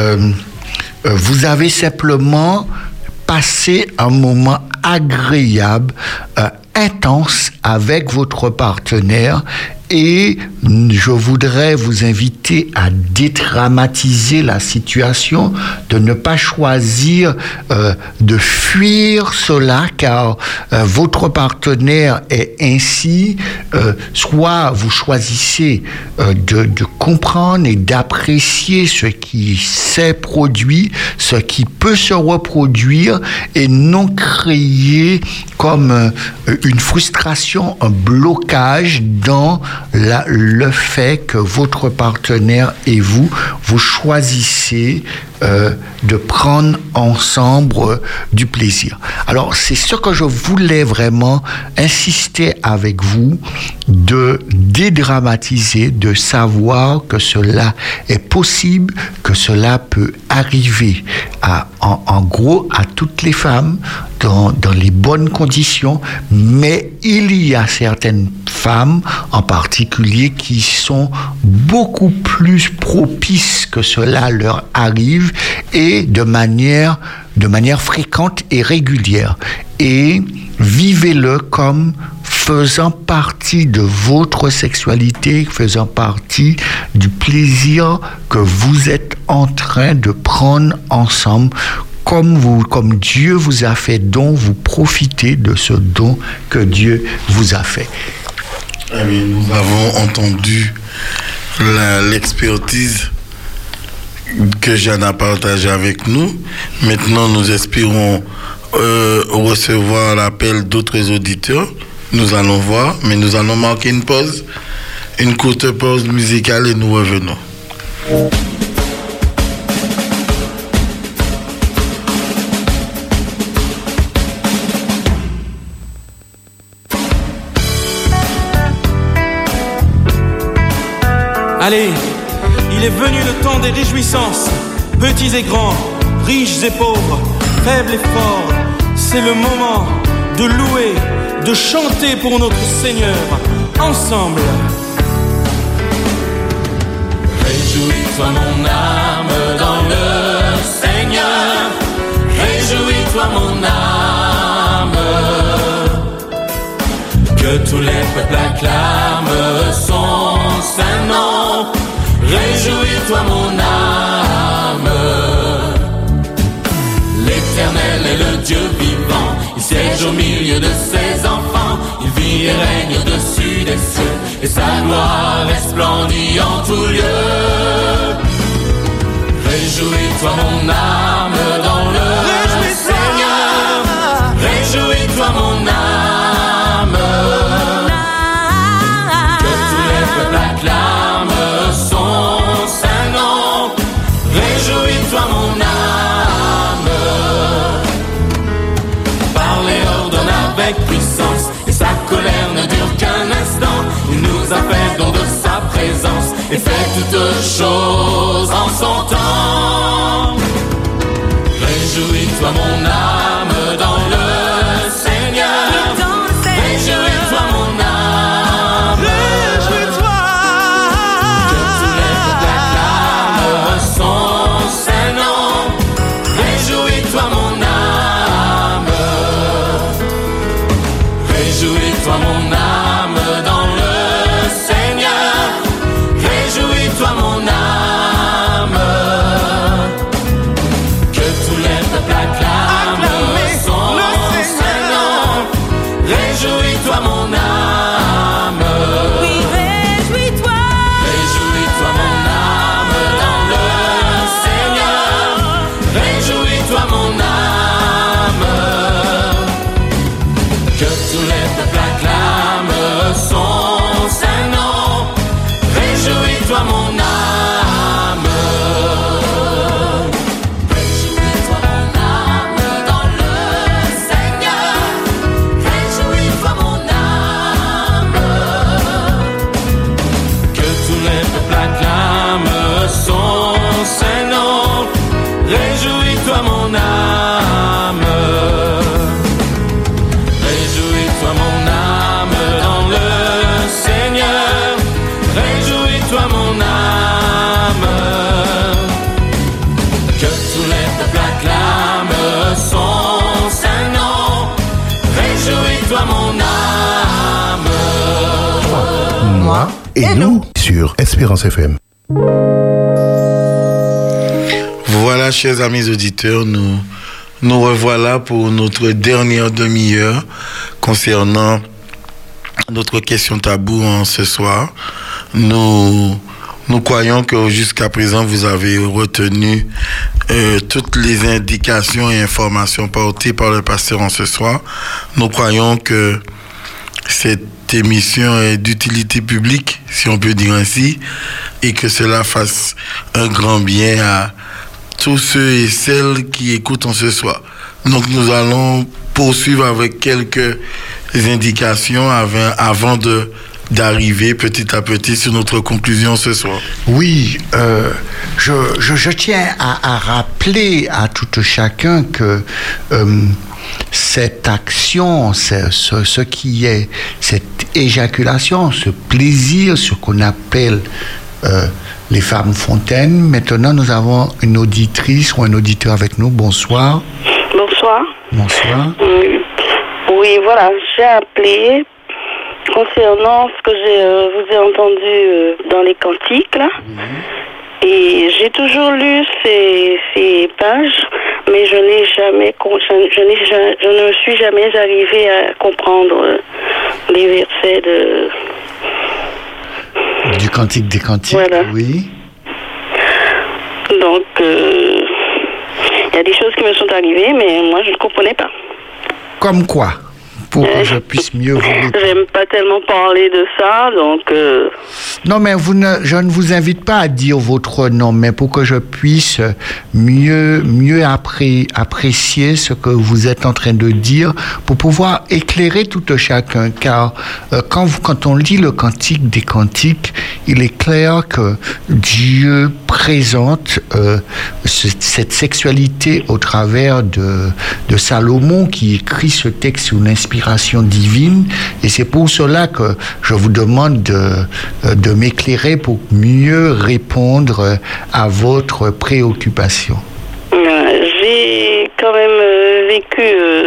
vous avez simplement passé un moment agréable, intense avec votre partenaire, et je voudrais vous inviter à dédramatiser la situation, de ne pas choisir de fuir cela, car votre partenaire est ainsi. Soit vous choisissez de comprendre et d'apprécier ce qui s'est produit, ce qui peut se reproduire, et non créer comme une frustration, un blocage dans le fait que votre partenaire et vous choisissez de prendre ensemble du plaisir. Alors, c'est ce que je voulais vraiment insister avec vous, de dédramatiser, de savoir que cela est possible, que cela peut arriver en gros à toutes les femmes dans les bonnes conditions, mais il y a certaines femmes en particulier qui sont beaucoup plus propices que cela leur arrive, et de manière fréquente et régulière. Et vivez-le comme faisant partie de votre sexualité, faisant partie du plaisir que vous êtes en train de prendre ensemble. Comme Dieu vous a fait don, vous profitez de ce don que Dieu vous a fait. Nous avons entendu l'expertise que Jeanne a partagée avec nous. Maintenant, nous espérons recevoir l'appel d'autres auditeurs. Nous allons voir, mais nous allons marquer une courte pause musicale, et nous revenons. Allez, il est venu le temps des réjouissances, petits et grands, riches et pauvres, faible et fort. C'est le moment de louer, de chanter pour notre Seigneur, ensemble. Réjouis-toi mon âme dans le Seigneur. Réjouis-toi mon âme. Que tous les peuples acclament son saint nom. Réjouis-toi mon âme. L'Éternel est le Dieu vivant. Il siège au milieu de ses enfants. Il vit et règne au-dessus des cieux. Et sa gloire resplendit en tout lieu. Réjouis-toi mon âme dans le Seigneur. Réjouis-toi mon âme. Que tous les peuples acclament son saint nom. Réjouis-toi mon âme. Parle et ordonne avec puissance. Et sa colère ne dure qu'un instant. Il nous a fait don de sa présence. Et fait toutes choses en son temps. Réjouis-toi mon âme dans le Seigneur. Réjouis-toi mon âme. Réjouis-toi. Que tous les peuples acclament son saint nom. Réjouis-toi mon âme. Réjouis-toi mon âme dans le Seigneur. Réjouis-toi mon âme. Que tous les peuples acclament son saint nom. Réjouis-toi mon âme. Oui, réjouis-toi. Réjouis-toi mon âme dans le Seigneur. Réjouis-toi mon âme. Que tous les peuples acclament son saint nom. Réjouis-toi mon âme. Réjouis-toi mon âme dans le Seigneur. Réjouis-toi mon âme. Que tous les peuples acclament son saint nom. Réjouis-toi mon âme. Réjouis-toi mon âme dans le Seigneur. Réjouis-toi mon âme. Que tous les peuples acclament son saint nom. Réjouis-toi mon âme. Moi et nous sur Espérance FM. Voilà, chers amis auditeurs, nous revoilà pour notre dernière demi-heure concernant notre question tabou en ce soir. Nous croyons que jusqu'à présent, vous avez retenu toutes les indications et informations portées par le pasteur en ce soir. Nous croyons que cette émission est d'utilité publique, si on peut dire ainsi, et que cela fasse un grand bien à tous ceux et celles qui écoutent en ce soir. Donc nous allons poursuivre avec quelques indications avant d'arriver petit à petit sur notre conclusion ce soir. Oui, je tiens à rappeler à tout chacun que cette action, ce qui est cette éjaculation, ce plaisir, ce qu'on appelle les femmes fontaines. Maintenant, nous avons une auditrice ou un auditeur avec nous. Bonsoir. Bonsoir. Bonsoir. Oui, voilà, j'ai appelé concernant ce que je vous ai entendu dans les cantiques, là. Et j'ai toujours lu ces pages, mais je ne suis jamais arrivée à comprendre les versets du Cantique des Cantiques, voilà. Oui. Donc, il y a des choses qui me sont arrivées, mais moi, je ne comprenais pas. Comme quoi? pour que je puisse mieux vous répondre. J'aime pas tellement parler de ça, donc... Non, mais je ne vous invite pas à dire votre nom, mais pour que je puisse mieux apprécier ce que vous êtes en train de dire, pour pouvoir éclairer tout chacun. Car quand on lit le Cantique des Cantiques, il est clair que Dieu présente cette sexualité au travers de Salomon, qui écrit ce texte sous l'inspiration divine, et c'est pour cela que je vous demande de m'éclairer pour mieux répondre à votre préoccupation. J'ai quand même vécu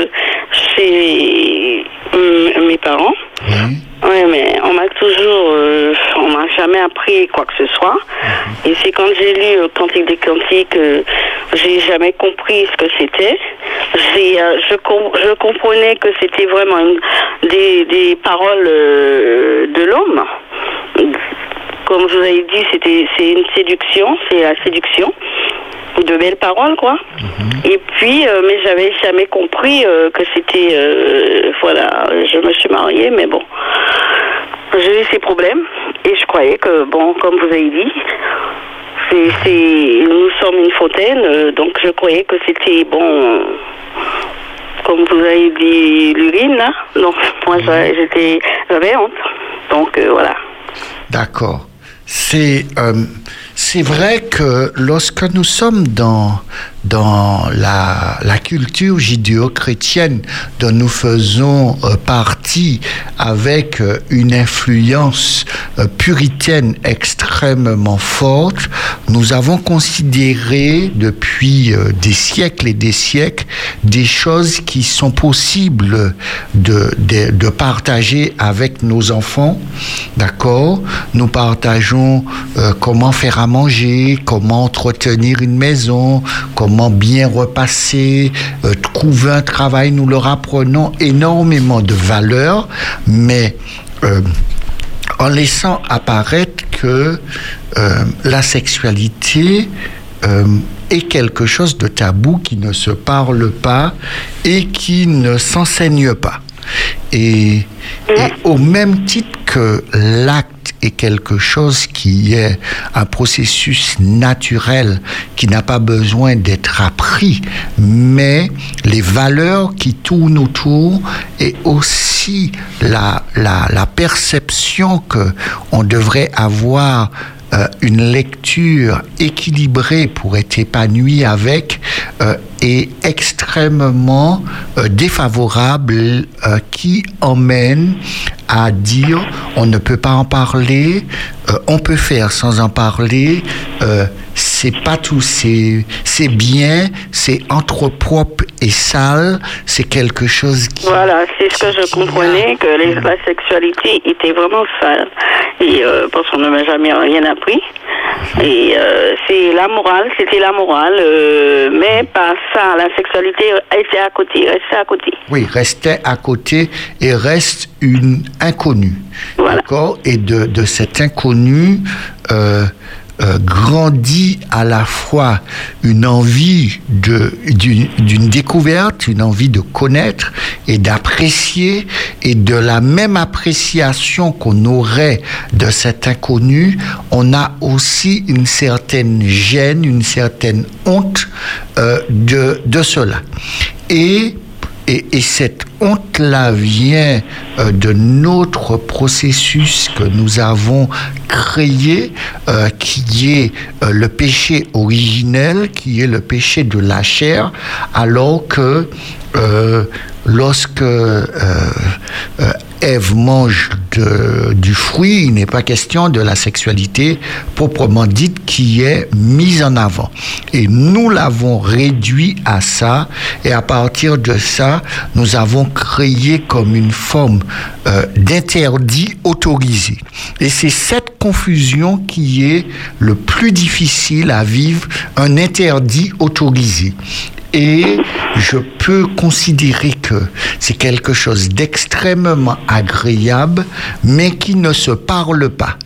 chez mes parents. Oui. Oui, mais on m'a jamais appris quoi que ce soit. Et c'est quand j'ai lu Cantique des Cantiques, j'ai jamais compris ce que c'était. Je comprenais que c'était vraiment des paroles de l'homme. Comme je vous avais dit, c'est une séduction, c'est la séduction. De belles paroles, quoi. Et puis, mais j'avais jamais compris que c'était... voilà, je me suis mariée, mais bon. J'ai eu ces problèmes. Et je croyais que, bon, comme vous avez dit, nous sommes une fontaine, donc je croyais que c'était, bon... Comme vous avez dit, l'urine, là. Donc, moi, j'avais honte. Donc, voilà. D'accord. C'est vrai que lorsque nous sommes dans la culture judéo-chrétienne dont nous faisons partie, avec une influence puritaine extrêmement forte, nous avons considéré depuis des siècles et des siècles des choses qui sont possibles de partager avec nos enfants. D'accord? Nous partageons comment faire à manger, comment entretenir une maison, comment bien repasser, trouver un travail. Nous leur apprenons énormément de valeurs, mais en laissant apparaître que la sexualité est quelque chose de tabou, qui ne se parle pas et qui ne s'enseigne pas. Et au même titre que l'acte est quelque chose qui est un processus naturel, qui n'a pas besoin d'être appris, mais les valeurs qui tournent autour et aussi la perception qu'on devrait avoir une lecture équilibrée pour être épanoui avec est extrêmement défavorable, qui emmène à dire on ne peut pas en parler, on peut faire sans en parler, c'est pas tout, c'est bien, c'est entre propre et sale, c'est quelque chose qui... Voilà, c'est ce que je comprenais, que la sexualité était vraiment sale, et parce qu'on ne m'a jamais rien appris, et c'était la morale, mais pas ça, la sexualité était à côté, restait à côté. Oui, restait à côté et reste une inconnue. Voilà. D'accord? Et de cette inconnue grandit à la fois une envie d'une découverte, une envie de connaître et d'apprécier, et de la même appréciation qu'on aurait de cet inconnu, on a aussi une certaine gêne, une certaine honte de cela. Et cette honte-là vient de notre processus que nous avons créé, qui est le péché originel, qui est le péché de la chair, alors que lorsque Ève mange du fruit, il n'est pas question de la sexualité proprement dite qui est mise en avant. Et nous l'avons réduit à ça, et à partir de ça, nous avons créé comme une forme d'interdit autorisé. Et c'est cette confusion qui est le plus difficile à vivre, un interdit autorisé. Et je peux considérer que c'est quelque chose d'extrêmement agréable, mais qui ne se parle pas.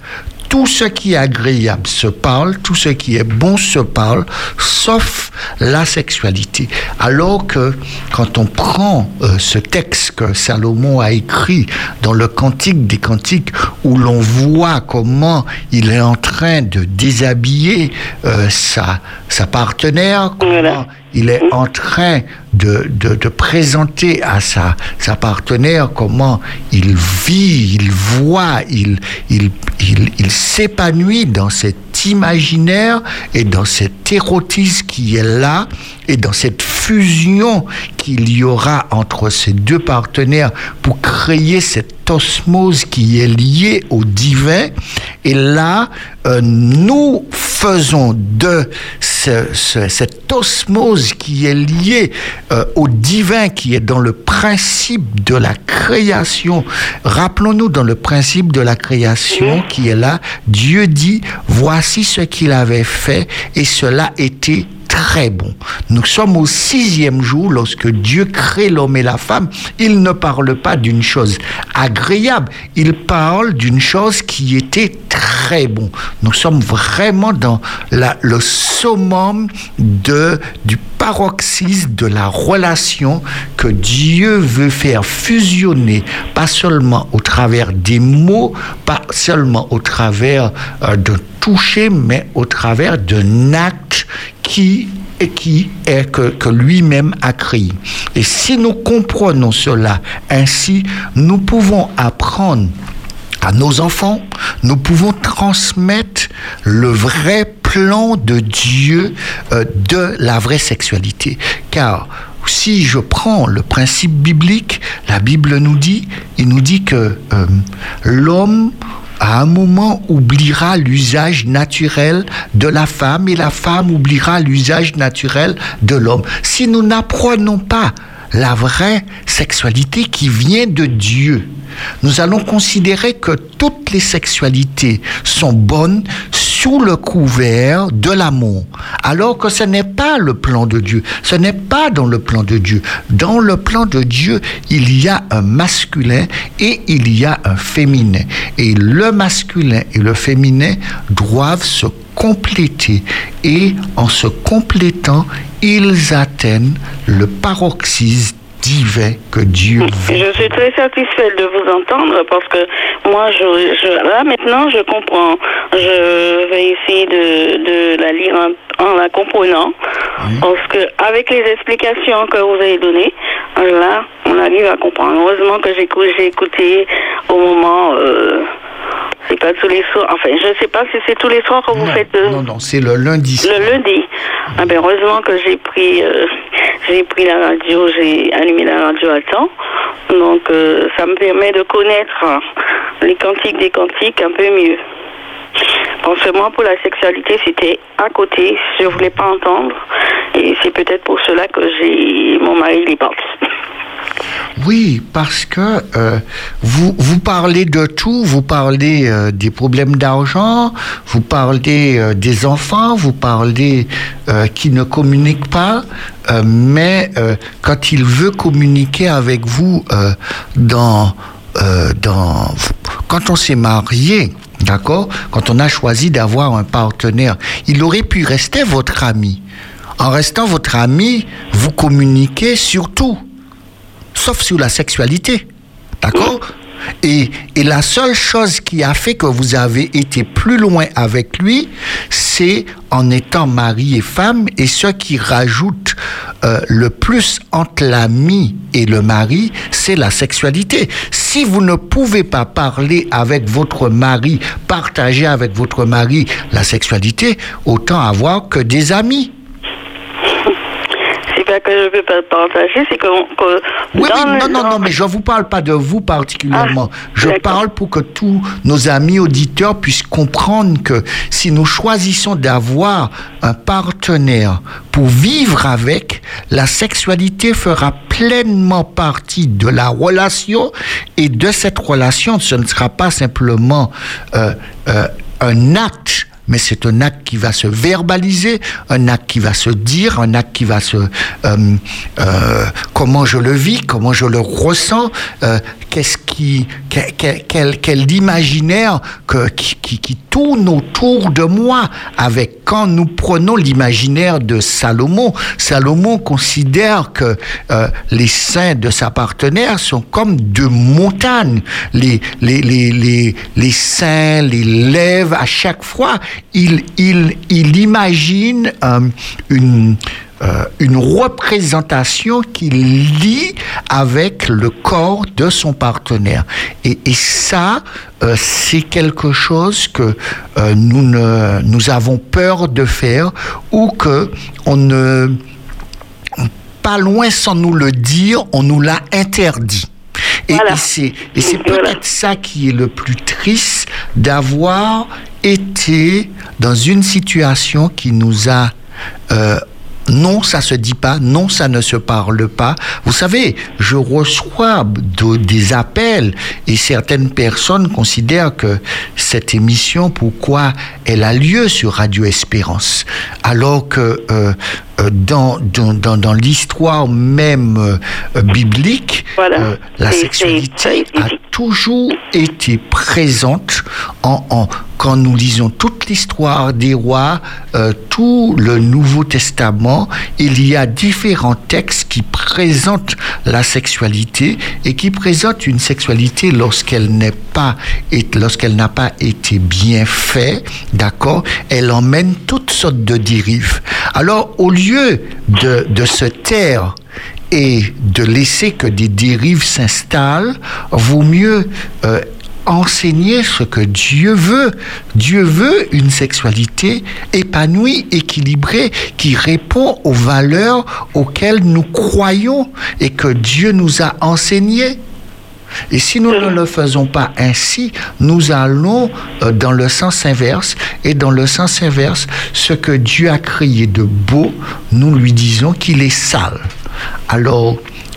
tout ce qui est agréable se parle, tout ce qui est bon se parle, sauf la sexualité. Alors que quand on prend ce texte que Salomon a écrit dans le Cantique des Cantiques, où l'on voit comment il est en train de déshabiller sa partenaire, comment il est en train de présenter à sa partenaire comment il vit, il voit, il s'épanouit dans cet imaginaire et dans cet érotisme qui est là et dans cette fusion qu'il y aura entre ces deux partenaires pour créer cette osmose qui est liée au divin. Et là, nous faisons de cette osmose qui est liée au divin, qui est dans le principe de la création. Rappelons-nous, dans le principe de la création qui est là, Dieu dit, voici ce qu'il avait fait et cela était très bon. Nous sommes au 6e jour lorsque Dieu crée l'homme et la femme. Il ne parle pas d'une chose agréable, il parle d'une chose qui était très bon. Nous sommes vraiment dans le summum du paroxysme de la relation que Dieu veut faire fusionner, pas seulement au travers des mots, pas seulement au travers de toucher, mais au travers d'un acte que lui-même a créé. Et si nous comprenons cela ainsi, nous pouvons apprendre à nos enfants, nous pouvons transmettre le vrai plan de Dieu de la vraie sexualité. Car si je prends le principe biblique, la Bible nous dit que l'homme à un moment oubliera l'usage naturel de la femme et la femme oubliera l'usage naturel de l'homme. Si nous n'apprenons pas la vraie sexualité qui vient de Dieu, nous allons considérer que toutes les sexualités sont bonnes sous le couvert de l'amour, alors que ce n'est pas le plan de Dieu. Ce n'est pas dans le plan de Dieu. Dans le plan de Dieu, il y a un masculin et il y a un féminin. Et le masculin et le féminin doivent se compléter. Et en se complétant, ils atteignent le paroxysme divin que Dieu veut. Je suis très satisfaite de vous entendre parce que moi, là maintenant, je comprends. Je vais essayer de la lire en la comprenant parce que avec les explications que vous avez données, là, on arrive à comprendre. Heureusement que j'ai écouté au moment... c'est pas tous les soirs. Enfin, je sais pas si c'est tous les soirs que vous faites. Non, c'est le lundi. Le lundi. Ah ben heureusement que j'ai pris la radio, j'ai allumé la radio à temps. Donc ça me permet de connaître les cantiques des cantiques un peu mieux. Parce que moi, pour la sexualité, c'était à côté. Je voulais pas entendre. Et c'est peut-être pour cela que mon mari il est parti. Oui, parce que vous parlez de tout, vous parlez des problèmes d'argent, vous parlez des enfants, vous parlez qui ne communiquent pas, mais quand il veut communiquer avec vous quand on s'est marié, d'accord, quand on a choisi d'avoir un partenaire, il aurait pu rester votre ami. En restant votre ami, vous communiquez sur tout. Sauf sur la sexualité, d'accord ? Et la seule chose qui a fait que vous avez été plus loin avec lui, c'est en étant mari et femme. Et ce qui rajoute le plus entre l'ami et le mari, c'est la sexualité. Si vous ne pouvez pas parler avec votre mari, partager avec votre mari la sexualité, autant avoir que des amis. Que je ne peux pas partager, c'est que oui, non, mais je ne vous parle pas de vous particulièrement. Je parle pour que tous nos amis auditeurs puissent comprendre que si nous choisissons d'avoir un partenaire pour vivre avec, la sexualité fera pleinement partie de la relation et de cette relation, ce ne sera pas simplement un acte, mais c'est un acte qui va se verbaliser, un acte qui va se dire, un acte qui va se... comment je le vis, comment je le ressens, quel imaginaire qui tourne autour de moi. Quand nous prenons l'imaginaire de Salomon, Salomon considère que les seins de sa partenaire sont comme deux montagnes. Les seins, les lèvres, à chaque fois, il imagine une représentation qu'il lie avec le corps de son partenaire. Et ça, c'est quelque chose que nous avons peur de faire, ou que pas loin sans nous le dire, on nous l'a interdit. Et c'est peut-être ça qui est le plus triste, d'avoir été dans une situation qui nous a... non, ça se dit pas. Non, ça ne se parle pas. Vous savez, je reçois des appels et certaines personnes considèrent que cette émission, pourquoi elle a lieu sur Radio Espérance, alors que dans l'histoire même biblique, la sexualité a toujours été présente quand nous lisons toute l'histoire des rois, tout le Nouveau Testament. Il y a différents textes qui présentent la sexualité et qui présentent une sexualité lorsqu'elle n'a pas été bien faite, d'accord, elle emmène toutes sortes de dérives. Alors, au lieu de se taire et de laisser que des dérives s'installent, vaut mieux enseigner ce que Dieu veut. Dieu veut une sexualité épanouie, équilibrée, qui répond aux valeurs auxquelles nous croyons et que Dieu nous a enseignées. Et si nous ne le faisons pas ainsi, nous allons dans le sens inverse. Et dans le sens inverse, ce que Dieu a créé de beau, nous lui disons qu'il est sale. Alors,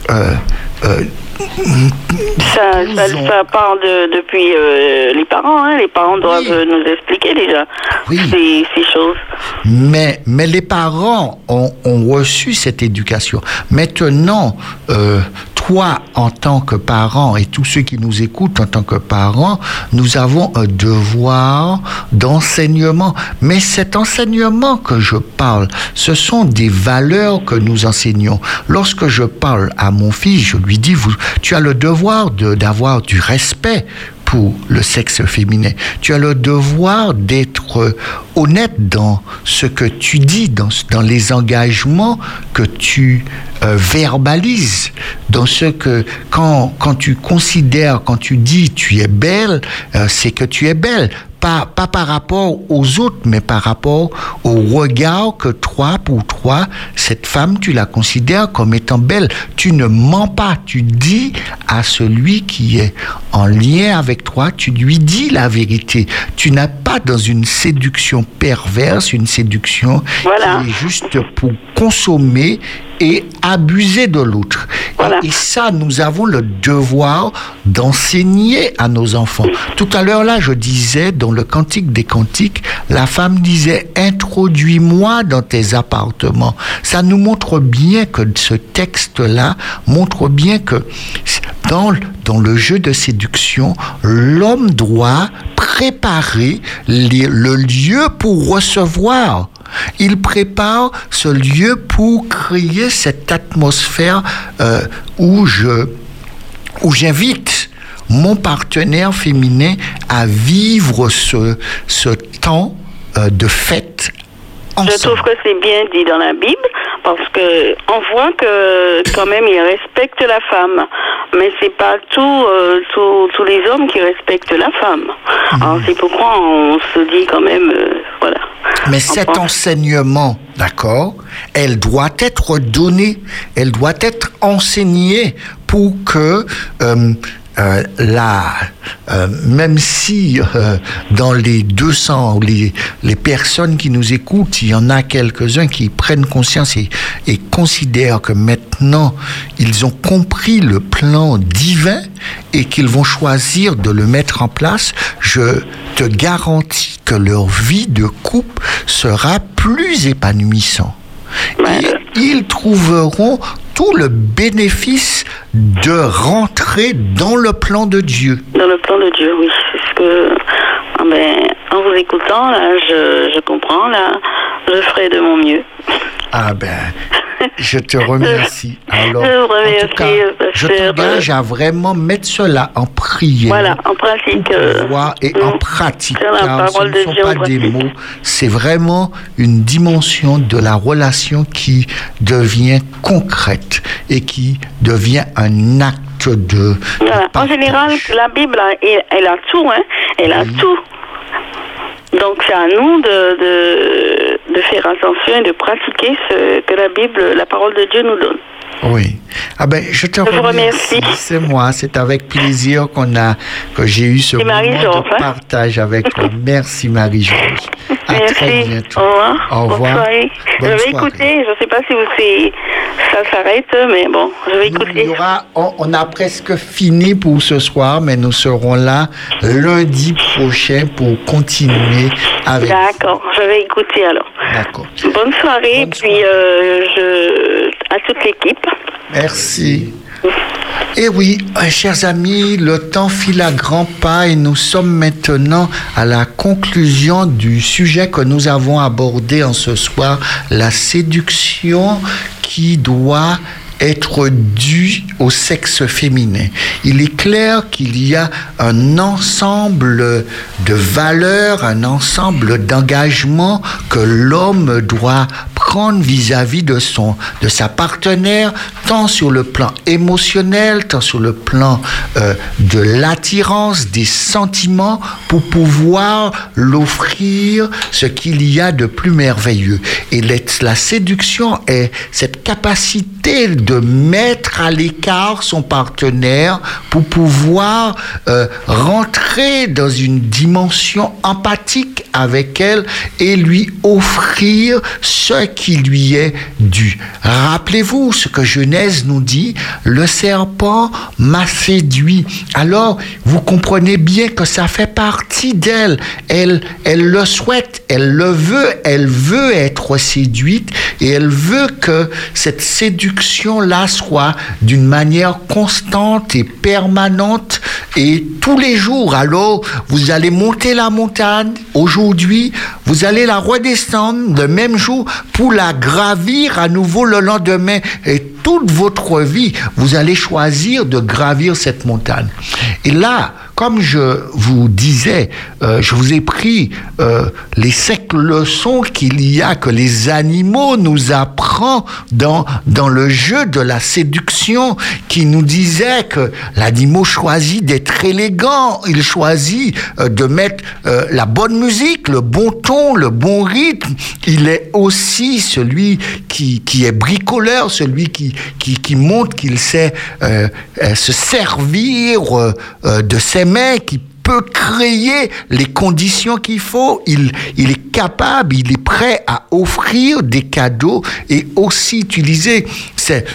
ça part depuis les parents. Les parents doivent nous expliquer déjà ces choses. Mais les parents ont reçu cette éducation. Maintenant, toi, en tant que parent, et tous ceux qui nous écoutent en tant que parents, nous avons un devoir d'enseignement. Mais cet enseignement que je parle, ce sont des valeurs que nous enseignons. Lorsque je parle à mon fils, je lui dis, tu as le devoir d'avoir du respect pour le sexe féminin. Tu as le devoir d'être honnête dans ce que tu dis, dans les engagements que tu verbalises, dans ce que quand tu considères, quand tu dis tu es belle, c'est que tu es belle. Pas par rapport aux autres, mais par rapport au regard que pour toi, cette femme, tu la considères comme étant belle. Tu ne mens pas, tu dis à celui qui est en lien avec toi, tu lui dis la vérité. Tu n'as pas dans une séduction perverse, une séduction qui est juste pour consommer et abuser de l'autre. Et ça, nous avons le devoir d'enseigner à nos enfants. Tout à l'heure, là, je disais, dans le Cantique des Cantiques, la femme disait « Introduis-moi dans tes appartements ». Ça nous montre bien que ce texte-là montre bien que dans le jeu de séduction, l'homme doit préparer le lieu pour recevoir. Il prépare ce lieu pour créer cette atmosphère où j'invite mon partenaire féminin à vivre ce temps de fête ensemble. Je trouve que c'est bien dit dans la Bible, parce que on voit que quand même il respecte la femme, mais c'est pas tous les hommes qui respectent la femme. Alors c'est pourquoi on se dit quand même voilà. Mais cet enseignement, d'accord, elle doit être donnée, elle doit être enseignée pour que même si dans les 200, les personnes qui nous écoutent, il y en a quelques-uns qui prennent conscience et considèrent que maintenant, ils ont compris le plan divin et qu'ils vont choisir de le mettre en place, je te garantis que leur vie de couple sera plus épanouissante. Et ils trouveront tout le bénéfice de rentrer dans le plan de Dieu. Dans le plan de Dieu, oui. C'est ce que... écoutant, là, je comprends, là, je ferai de mon mieux. Ah ben, je te remercie. Alors, je vous remercie, en tout cas, je t'engage à vraiment mettre cela en prière. Voilà, en pratique. Et en pratique. Car ce ne sont pas des mots, c'est vraiment une dimension de la relation qui devient concrète et qui devient un acte de... Voilà. En général, la Bible, elle a tout, hein. Elle a tout. Donc c'est à nous de faire attention et de pratiquer ce que la Bible, la parole de Dieu nous donne. Oui. Ah ben, je te remercie. C'est moi, c'est avec plaisir que j'ai eu ce moment de partage avec toi. Merci Marie-Georges. À très bientôt. Au revoir. Au revoir. Bonne soirée. Je vais écouter, je ne sais pas si ça s'arrête, mais bon, je vais écouter. On a presque fini pour ce soir, mais nous serons là lundi prochain pour continuer avec. D'accord, je vais écouter alors. D'accord. Bonne soirée, puis à toute l'équipe. Merci. Et oui, chers amis, le temps file à grands pas et nous sommes maintenant à la conclusion du sujet que nous avons abordé en ce soir, la séduction qui doit être due au sexe féminin. Il est clair qu'il y a un ensemble de valeurs, un ensemble d'engagements que l'homme doit prendre vis-à-vis de sa partenaire, tant sur le plan émotionnel, tant sur le plan de l'attirance, des sentiments, pour pouvoir l'offrir ce qu'il y a de plus merveilleux. Et la séduction est cette capacité de mettre à l'écart son partenaire pour pouvoir rentrer dans une dimension empathique avec elle et lui offrir ce qui lui est dû. Rappelez-vous ce que Genèse nous dit, le serpent m'a séduit. Alors, vous comprenez bien que ça fait partie d'elle. Elle le souhaite, elle veut être séduite et elle veut que cette séduction-là soit d'une manière constante et permanente et tous les jours. Alors, vous allez monter la montagne aujourd'hui, vous allez la redescendre le même jour pour la gravir à nouveau le lendemain. Et toute votre vie, vous allez choisir de gravir cette montagne. Et là, comme je vous disais, je vous ai pris les 5 leçons qu'il y a, que les animaux nous apprennent dans le jeu de la séduction, qui nous disait que l'animal choisit d'être élégant, il choisit de mettre la bonne musique, le bon ton, le bon rythme. Il est aussi celui qui est bricoleur, celui qui montre qu'il sait se servir de ses mains, qui peut créer les conditions qu'il faut. Il est capable, il est prêt à offrir des cadeaux et aussi utiliser ces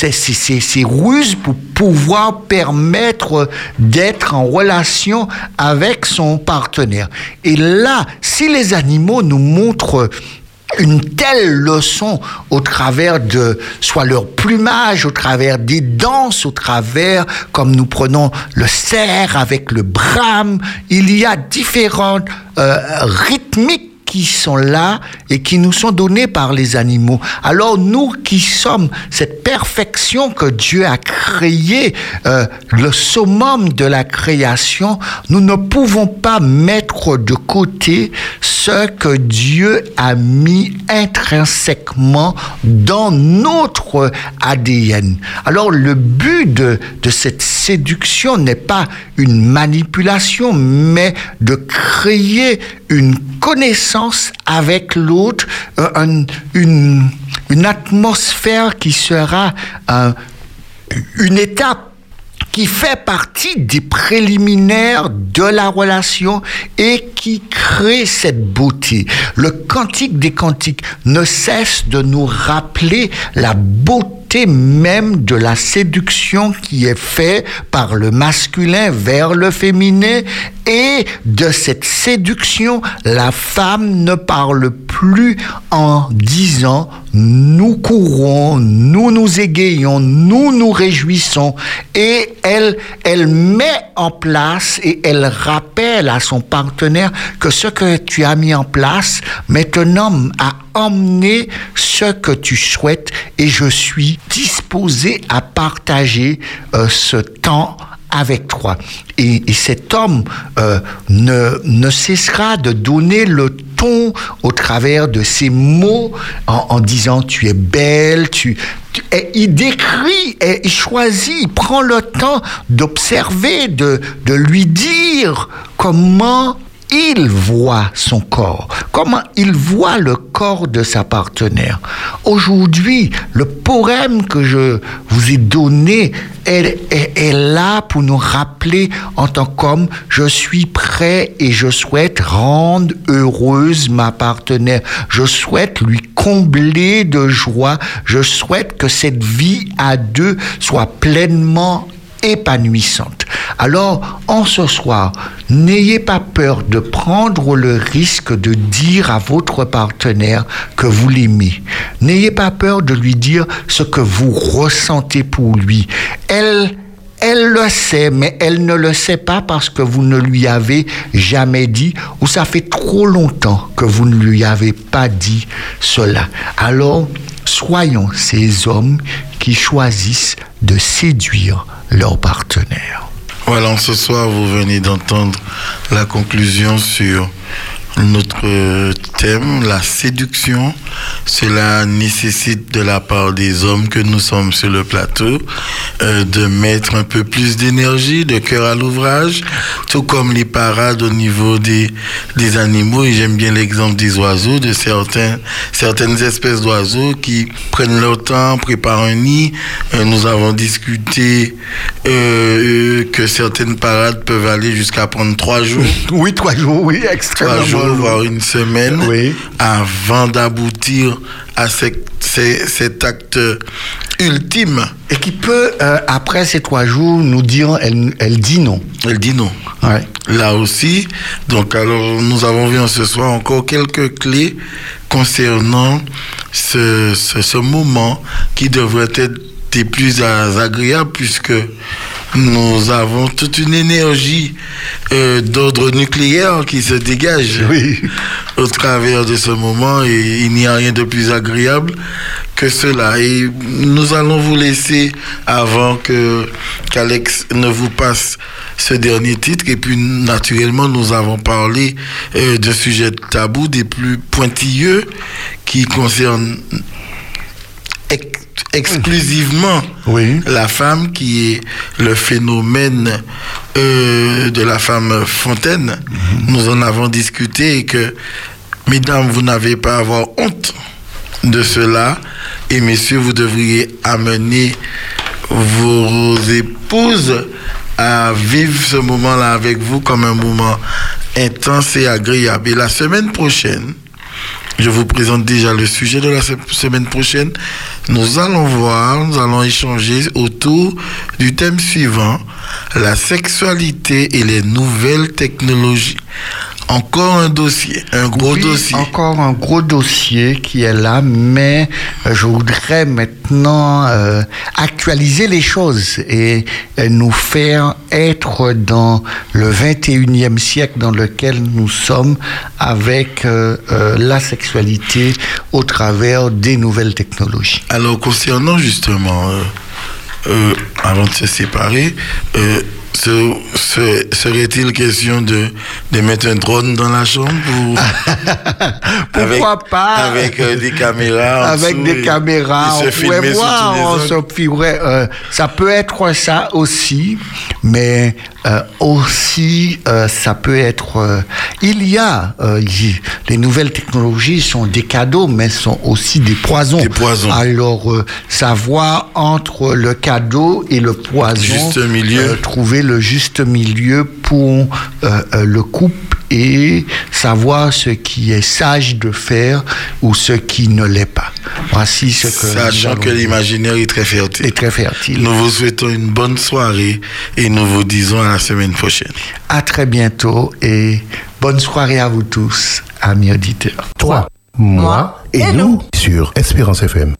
ruses pour pouvoir permettre d'être en relation avec son partenaire. Et là, si les animaux nous montrent une telle leçon au travers de soit leur plumage, au travers des danses, au travers, comme nous prenons le cerf avec le brame, il y a différentes rythmiques qui sont là et qui nous sont donnés par les animaux. Alors nous qui sommes cette perfection que Dieu a créée, le summum de la création, nous ne pouvons pas mettre de côté ce que Dieu a mis intrinsèquement dans notre ADN. Alors le but de cette séduction n'est pas une manipulation, mais de créer une connaissance avec l'autre, une atmosphère qui sera une étape qui fait partie des préliminaires de la relation et qui crée cette beauté. Le Cantique des Cantiques ne cesse de nous rappeler la beauté côté même de la séduction qui est faite par le masculin vers le féminin, et de cette séduction, la femme ne parle plus en disant « nous courons, nous nous égayons, nous nous réjouissons », et elle met en place et elle rappelle à son partenaire que ce que tu as mis en place maintenant a emmené ce que tu souhaites, et je suis disposé à partager ce temps avec toi. Et cet homme ne cessera de donner le ton au travers de ses mots en disant tu es belle, il décrit, et il choisit, il prend le temps d'observer, de lui dire comment il voit son corps, comment il voit le corps de sa partenaire. Aujourd'hui, le poème que je vous ai donné est là pour nous rappeler en tant qu'homme, je suis prêt et je souhaite rendre heureuse ma partenaire. Je souhaite lui combler de joie. Je souhaite que cette vie à deux soit pleinement épanouissante. Alors, en ce soir, n'ayez pas peur de prendre le risque de dire à votre partenaire que vous l'aimez. N'ayez pas peur de lui dire ce que vous ressentez pour lui. Elle le sait, mais elle ne le sait pas parce que vous ne lui avez jamais dit, ou ça fait trop longtemps que vous ne lui avez pas dit cela. Alors, soyons ces hommes qui choisissent de séduire leur partenaire. Voilà, ce soir, vous venez d'entendre la conclusion sur notre thème, la séduction. Cela nécessite de la part des hommes que nous sommes sur le plateau de mettre un peu plus d'énergie, de cœur à l'ouvrage, tout comme les parades au niveau des animaux. Et j'aime bien l'exemple des oiseaux, de certaines espèces d'oiseaux qui prennent leur temps, préparent un nid. Nous avons discuté que certaines parades peuvent aller jusqu'à prendre 3 jours. Oui, 3 jours, oui, extrêmement. 3 jours, voire une semaine, oui, avant d'aboutir à cet acte ultime. Et qui peut, après ces 3 jours, nous dire, elle dit non. Elle dit non. Ouais. Là aussi, donc alors nous avons vu ce soir encore quelques clés concernant ce moment qui devrait être des plus agréables, puisque nous avons toute une énergie d'ordre nucléaire qui se dégage, oui, au travers de ce moment, et il n'y a rien de plus agréable que cela. Et nous allons vous laisser avant qu'Alex ne vous passe ce dernier titre. Et puis naturellement, nous avons parlé de sujets tabous des plus pointilleux qui concernent exclusivement, oui, la femme, qui est le phénomène de la femme fontaine. Nous en avons discuté, et que, mesdames, vous n'avez pas à avoir honte de cela, et messieurs, vous devriez amener vos épouses à vivre ce moment-là avec vous comme un moment intense et agréable. Et la semaine prochaine, je vous présente déjà le sujet de la semaine prochaine. Nous allons échanger autour du thème suivant, la sexualité et les nouvelles technologies. Encore un dossier, un gros dossier. Encore un gros dossier qui est là, mais je voudrais maintenant actualiser les choses et nous faire être dans le 21e siècle dans lequel nous sommes, avec la sexualité au travers des nouvelles technologies. Alors, concernant justement, avant de se séparer, serait-il question de mettre un drone dans la chambre ou pourquoi pas, avec des caméras avec des caméras, on pourrait voir, ça peut être ça aussi, mais aussi ça peut être il y a les nouvelles technologies sont des cadeaux, mais sont aussi des poisons. Alors savoir entre le cadeau et le poison, juste milieu, trouver le juste milieu pour le couple et savoir ce qui est sage de faire ou ce qui ne l'est pas. Voici ce que sachant que l'imaginaire est très fertile. Est très fertile. Nous vous souhaitons une bonne soirée et nous vous disons à la semaine prochaine. À très bientôt et bonne soirée à vous tous, amis auditeurs. Toi, moi et nous sur Espérance FM.